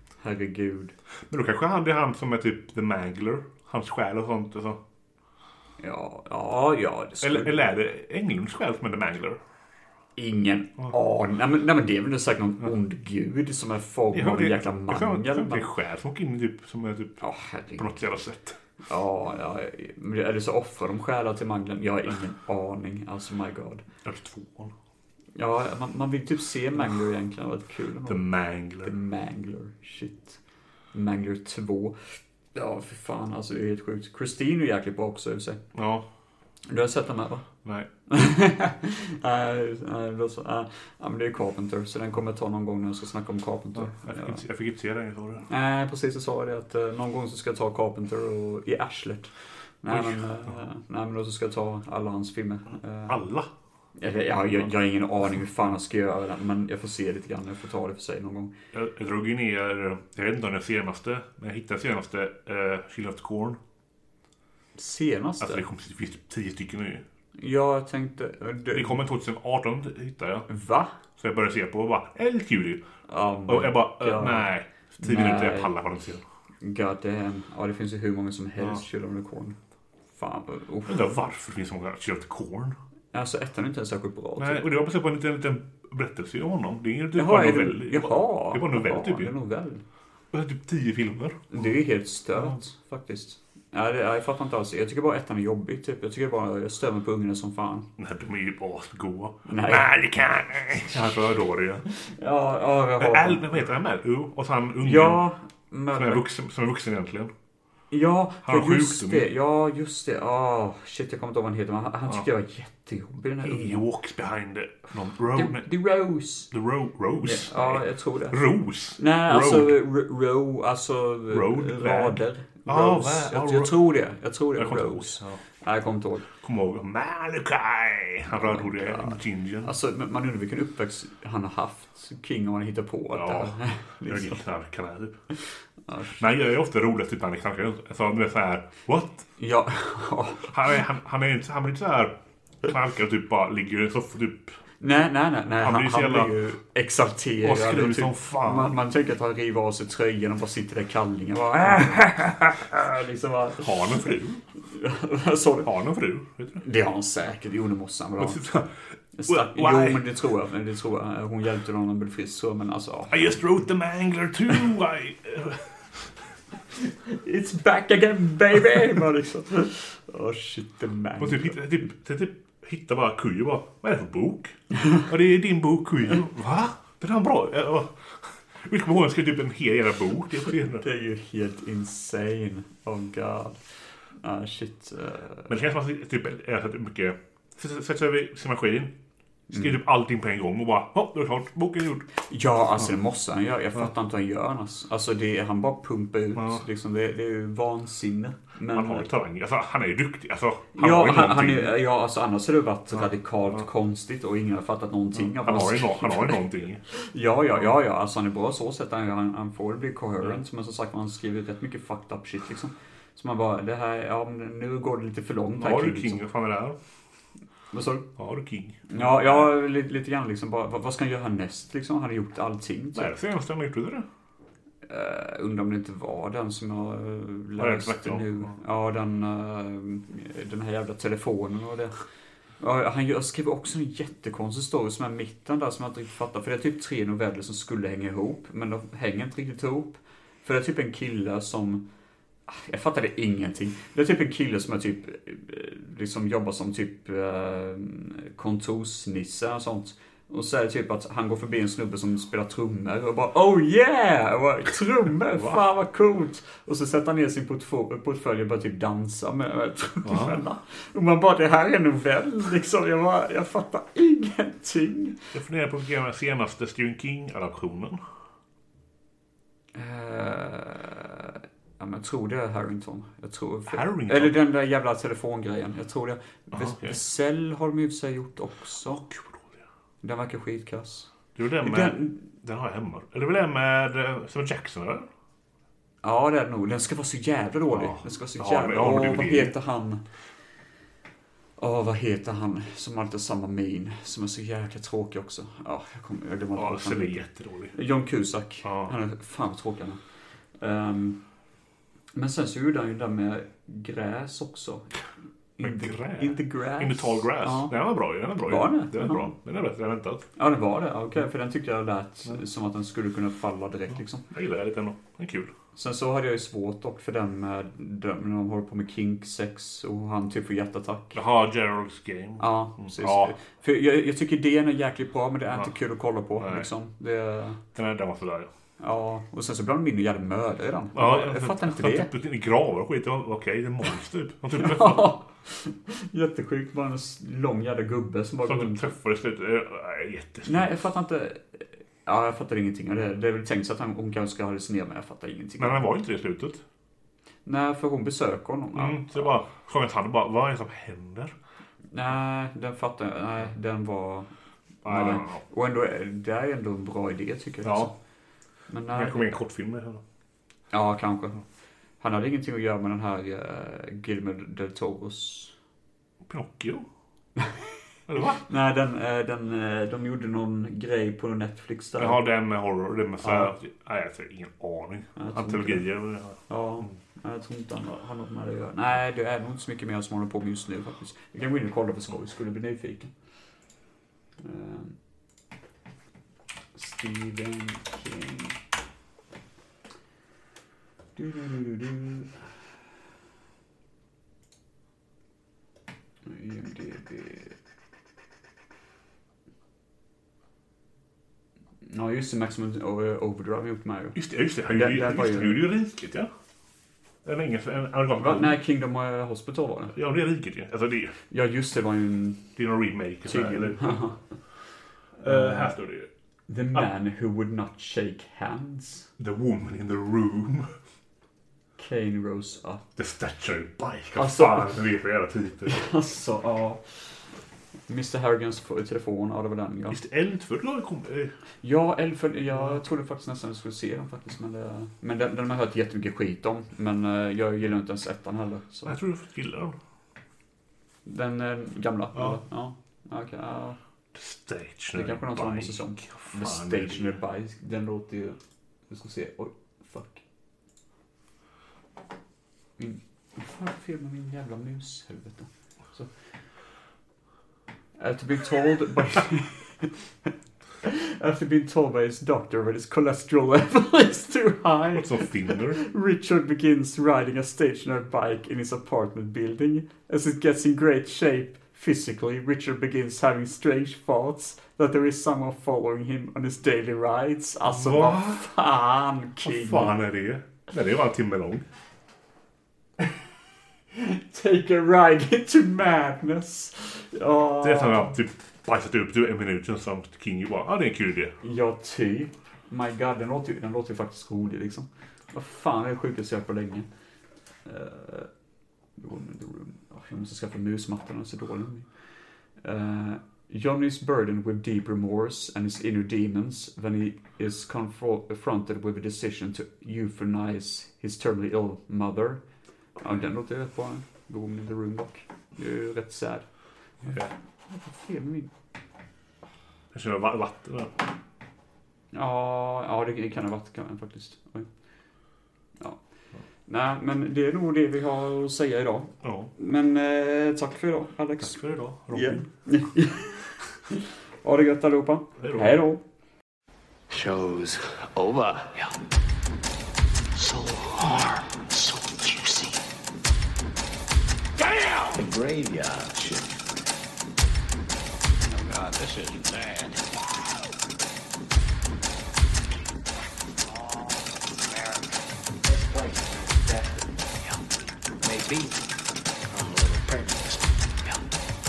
Herregud. Men då kanske han är han som är typ The Mangler. Hans själ och sånt och så. Ja, ja, ja. Det eller, eller är det Englunds själv som är The Mangler? Ingen aning. Oh, nej, men, nej men det är väl säkert någon mm. ond gud som är form av en jäkla mangel. Jag tror det är själ som åker in typ, som är typ oh, på något jävla sätt. Ja, ja, är det så offrar de själar till manglen? Jag har ingen aning. Alltså my god. Jag tror tvåan. Ja, man, man vill typ se Mangler egentligen. Det var kul. The Mangler. The Mangler, shit. Mangler två. Ja, för fan, alltså det är helt sjukt. Christine är jäkligt bra också, i sig. Ja. Du har sett den här, va? Nej. Nej, nej, så, äh, ja, men det är Carpenter, så den kommer ta någon gång när jag ska snacka om Carpenter. Ja, jag, fick inte, jag fick inte se den, jag sa det. Nej, precis, jag sa det att uh, någon gång så ska jag ta Carpenter och, i arslet. Nej, men, uh, nej, men då så ska jag ta alla hans filmer. Uh, alla? Jag, jag, jag, jag har ingen aning hur fan jag ska göra det, men jag får se lite grann, jag får ta det för sig någon gång. Jag, jag drog ju ner, jag vet inte om den senaste, men jag hittade senaste uh, Children of Corn. Senaste? Alltså det kom, det finns tio stycken nu. Ja, jag tänkte... Det, det kom tjugo arton hittade jag. Va? Så jag började se på och bara, L Q. Oh och jag bara, uh, nej. Tio minuter, jag pallar vad de ser. God damn. Ja, det finns ju hur många som helst ja. Children of Corn. Fan, jag undrar varför det finns så många Children of Corn. Alltså, ettan är inte ens särskilt bra. Nej, typ. och det var baserat på en liten, liten berättelse om honom. Det är typ jaha, bara är novell. Det, jaha. Det är bara novell, jaha, typ. Det är novell. Det är typ tio filmer. Det är ju helt stört, ja. faktiskt. Ja, det, jag fattar inte alls. Jag tycker bara ettan är jobbig, typ. Jag tycker bara, jag stör på ungarna som fan. Nej, de är ju asgoa. Nej. Nej, det kan jag. Han är då det. Ja, ja, jag har... Al, vad heter han med? Jo, och så han ungen. Ja, men... Som är vuxen, som är vuxen egentligen. Ja, han för just det. Ja, just det. Ah, oh, shit, jag kommer inte ihåg vad han heter. Men han, han tyckte ja. jag var jättejobbig, den här ungen. He walks behind the... Någon road. The, the Rose. The ro, Rose? Ja, ja, jag tror det. Rose? Nej, alltså... Row, alltså... Road? Rader. Ah, Rose. Jag, jag tror det. Jag tror det. Jag Rose. Ja. Nej, jag kommer inte ihåg. Kom ihåg. Malachi! Han rörde oh Ginger. Alltså, man undrar vilken uppväxt han har haft. King om han hittar på. Ja, det är liksom. knarkarna typ. Nej, jag är ofta roligt typ han är knarkare. Så det är så här, what? Ja. han, är, han, han är inte han är inte så här knarkare typ bara ligger i en soffa typ. Nej, nej, nej, nej. Han, han, han jävla... blir ju exalterad. Och skriver typ, som fan. Man, man tänker att han river av sig tröjan och bara sitter där kallingen. Bara, liksom bara... Har han en fru? Sorry. Har han en fru? Det har han säkert. Jo, det måste han väl ha. Jo, men det tror jag. Det tror jag. Hon hjälpte honom att bli frisk. Men alltså... I just wrote the Mangler too. I... It's back again, baby! Man liksom... Oh shit, the Mangler. Och typ, typ, typ, typ hitta bara Kujo bara, vad är det för bok? Och det är din bok Kujo. Va? Det är han bra. Vilken många ska typ en hel jävla bok. Det är, det är ju helt insane. Oh god. Ah shit. Uh... Men det känns som att typ, är så mycket... Sätter sig vid sin maskin. Skriver mm. upp allting på en gång och bara, ja, då är klart, boken är gjord. Ja, alltså det måste han göra. Jag fattar inte vad han gör annars. Alltså det, han bara pumpar ut. Ja. Liksom, det, det är ju vansinne. Men han har ju talang. Alltså, han är ju duktig. Alltså, han ja, har ju han, han är, ja, alltså annars har det varit ja. radikalt ja. konstigt och ingen har fattat någonting. Ja. Han, har ju no- han har ju någonting. ja, ja, ja, ja. Alltså han är bra så sätt. Han, han får det bli coherent. Ja. Men som sagt, man skriver rätt mycket fucked up shit liksom. Så man bara, det här, ja, nu går det lite för långt. Ja, du King, vad fan är det här? Vad sa du? Ja, du King. Ja, ja lite, lite grann liksom. Bara, vad, vad ska han göra näst liksom? Han har gjort allting. Typ. Nej, senaste han har gjort det. Uh, undrar om det inte var den som jag uh, läste nu. Ja, den, uh, den här jävla telefonen och det. Uh, han gör, skriver också en jättekonstig story som är mitten där som jag inte riktigt fattar. För det är typ tre noveller som skulle hänga ihop. Men de hänger inte riktigt ihop. För det är typ en kille som... Jag fattade ingenting. Det är typ en kille som är typ liksom jobbar som typ eh, kontorsnisse och sånt. Och så är det typ att han går förbi en snubbe som spelar trummor och bara oh yeah! Och trummor, fan vad coolt! Och så sätter han ner sin portfölj, portfölj och bara typ dansa med, med trummorna. Och man bara, det här är en novell liksom. Jag, bara, jag fattar ingenting. Jag funderar på den senaste Stephen King-adaptionen. Uh... Ja, men jag tror det är Harrington. Jag tror för... Harrington? Eller den där jävla telefongrejen. Jag tror det. Aha, okay. Cell har de ju sig gjort också. Oh, den verkar skitkass. Det är den med... Den, den har jag hemma. Eller väl den med Samuel Jackson, eller? Ja, det är det nog. Den ska vara så jävla dålig. Ja. Den ska vara så ja, jävla... Åh, ja, vad heter han? Åh, vad heter han? Som alltid har samma min. Som är så jäkla tråkig också. Ja, jag kommer... Jag glömmer ja, Cell är jättedålig. John Cusack. Ja. Han är fan tråkig. Um, Men sen så gjorde han ju där med gräs också. In the, grass. in the grass. In the tall grass. Ja. Den var bra ju. Den är bra. Var det? Den är uh-huh. bra. Den är bättre än väntat. Ja, det var det. Okej, okay, för den tyckte jag lät mm. som att den skulle kunna falla direkt liksom. Jag gillar det lite ändå. Den är kul. Sen så hade jag ju svårt dock för den med när de håller på med kink sex och han typ får hjärtattack. Jaha, Gerald's Game. Ja, precis. Ja. För jag, jag tycker idén är jäkligt bra, men det är ja. inte kul att kolla på. Nej. Liksom. Det... Den är den var sådär, ja. Ja, och sen så blir de mindre jävla mördare i den. Ja, jag, jag fattar inte han det. Han typ i gravar och skit. Okej, okay, det är monster typ. Han typ ja. Jättesjukt. Bara en lång jävla gubbe som bara så går runt. Träffar i slutet. Nej, jättesjukt. Nej, jag fattar inte. Ja, jag fattar ingenting. Det, det är väl tänkt så att han, hon kanske ska ha det ner, men jag fattar ingenting. Men han var ju inte det i slutet. Nej, för hon besöker honom. Mm, så jag bara sjöng han bara, vad är det som händer? Nej, den fattar jag. Nej, den var... Nej, nej, och ändå, det är ändå en bra idé tycker jag. Ja. Men nej, det kommer en kortfilm med henne. Ja, kanske. Han hade ingenting att göra med den här uh, Guillermo del Toros... Pinocchio? Eller va? Nej, den, den, de gjorde någon grej på Netflix där. Ja, den med horror. Den med så här... Ja. Nej, jag har ingen aning. Antologier. Ja, mm. jag tror inte han har något med det att göra. Nej, det är nog inte så mycket mer som håller på med just nu faktiskt. Vi kan gå in och kolla på skoj. Skulle bli nyfiken. Uh, Stephen King. Du, du, du, du, du. I M D B. Ja, just det. Maximum Overdrive har gjort med ju. Just det, just det. Han gjorde ju, ju Riket, ja. En engelsk, en amerikansk. Nej, Kingdom Hospital var det. Ja, det är Riket ju. Alltså det. Ja, just det var ju en... Det är någon remake. Tydligen. uh, här står det ju. The man ah. who would not shake hands. The woman in the room. Kane rose up. The statue bike. Alltså, fan, det är för jävla titel. Alltså, ja. mister Harrigans telefon, ja det var den. Ja. Just Eldfödd kom. Ja, Eldfödd, jag trodde faktiskt nästan att jag skulle se den faktiskt. Men, det, men den, den har jag hört jättemycket skit om. Men jag gillar inte ens ettan heller. Så. Jag tror du gillar den. Den eh, gamla? Ja. Eller? Ja. Okej, okay, ja. The Stationary Det kanske någon som måste som. The Stationary Bike. Den låter ju... Vi ska se. Oj, fuck. Min... Vad fan är fel med min jävla mus? Helvete. Så. After being told by... After being told by his doctor that his cholesterol level is too high, what's a finger? Richard begins riding a stationary bike in his apartment building. As it gets in great shape physically, Richard begins having strange thoughts that there is someone following him on his daily rides. Alltså, vad, vad fan, King? Vad fan är det? Nej, det var en timme lång. Take a ride into madness. Ja. Det är som jag typ bajsat upp till en minut sen som King ju bara, ja ah, det är en kul idé. Ja, typ. My god, den låter ju, den låter ju faktiskt rolig liksom. Vad fan är det sjukaste jag på länge? Uh, jag måste skaffa musmattan och så dålig. Uh, Johnny's burdened with deep remorse and his inner demons when he is confronted with a decision to euthanize his terminally ill mother. Ja, den låter rätt bra. Go in the room dock. Det är ju rätt sad. Okay. Vad fel med min? Jag känner vatten där. Ja, ja det kan ha varit kan man faktiskt. Oj. Ja. Nej, men det är nog det vi har att säga idag. Ja. Men eh, tack för idag, Alex. Tack för idag, Robin. Yeah. Ha det gött allihopa. Hej då. Show's over. Yeah. So hard, so juicy. Damn! The graveyard shift. Oh God, this isn't bad. Oh, America. This place is desperate. Yeah. Maybe. I'm a little prejudiced. Yeah.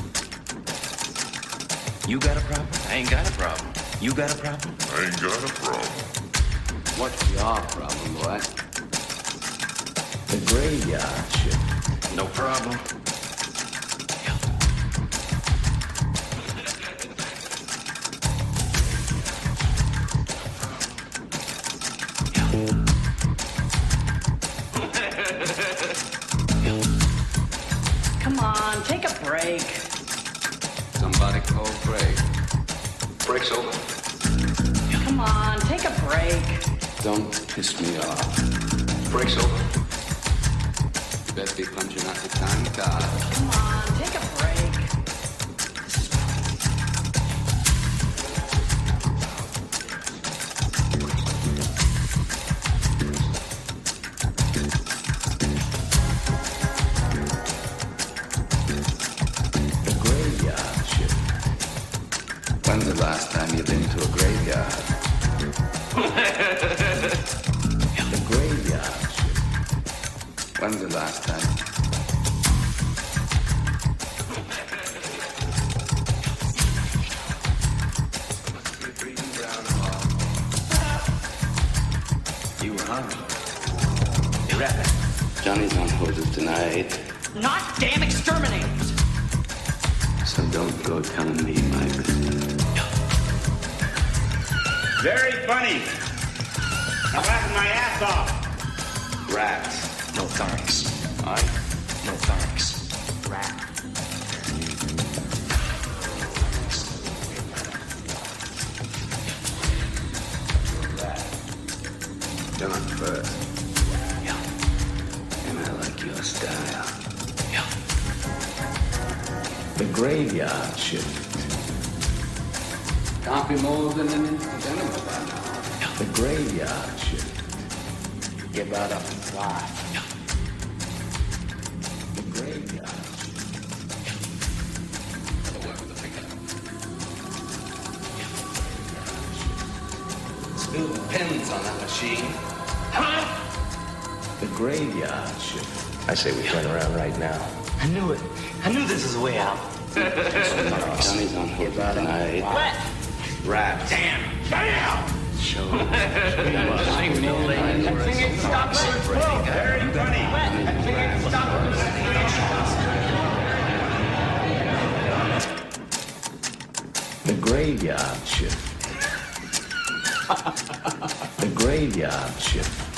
You got a problem? I ain't got a problem. You got a problem? I ain't got a problem. What's your problem, boy? The graveyard shift. No problem. Come on, take a break. Somebody call Craig. Break's over. Come on, take a break. Don't piss me off. Break's over. You better be punching out the time card. Come on. the last time you've been to a graveyard? The graveyard shift. When's the last time? You were hungry. You rapping. Johnny's on hold tonight. Not damn exterminators! So don't go telling me my business. Very funny. I'm laughing my ass off. Rats. No thanks. I. No thanks. Rat. Rat. John first. Yeah. And I like your style. Yeah. The graveyard shift. Can't be more than an incidental about it. Yeah. The graveyard shift. Get right up and fly. Yeah. The graveyard shift. Spill the pins on that machine. Huh? The graveyard shift. I say we turn around right now. I knew it. I knew this was a way out. Johnny's on hold tonight. What? Rats. Damn. Damn! Show That thing ain't stopping. Very funny. That thing ain't stopping. The graveyard shift. The graveyard shift.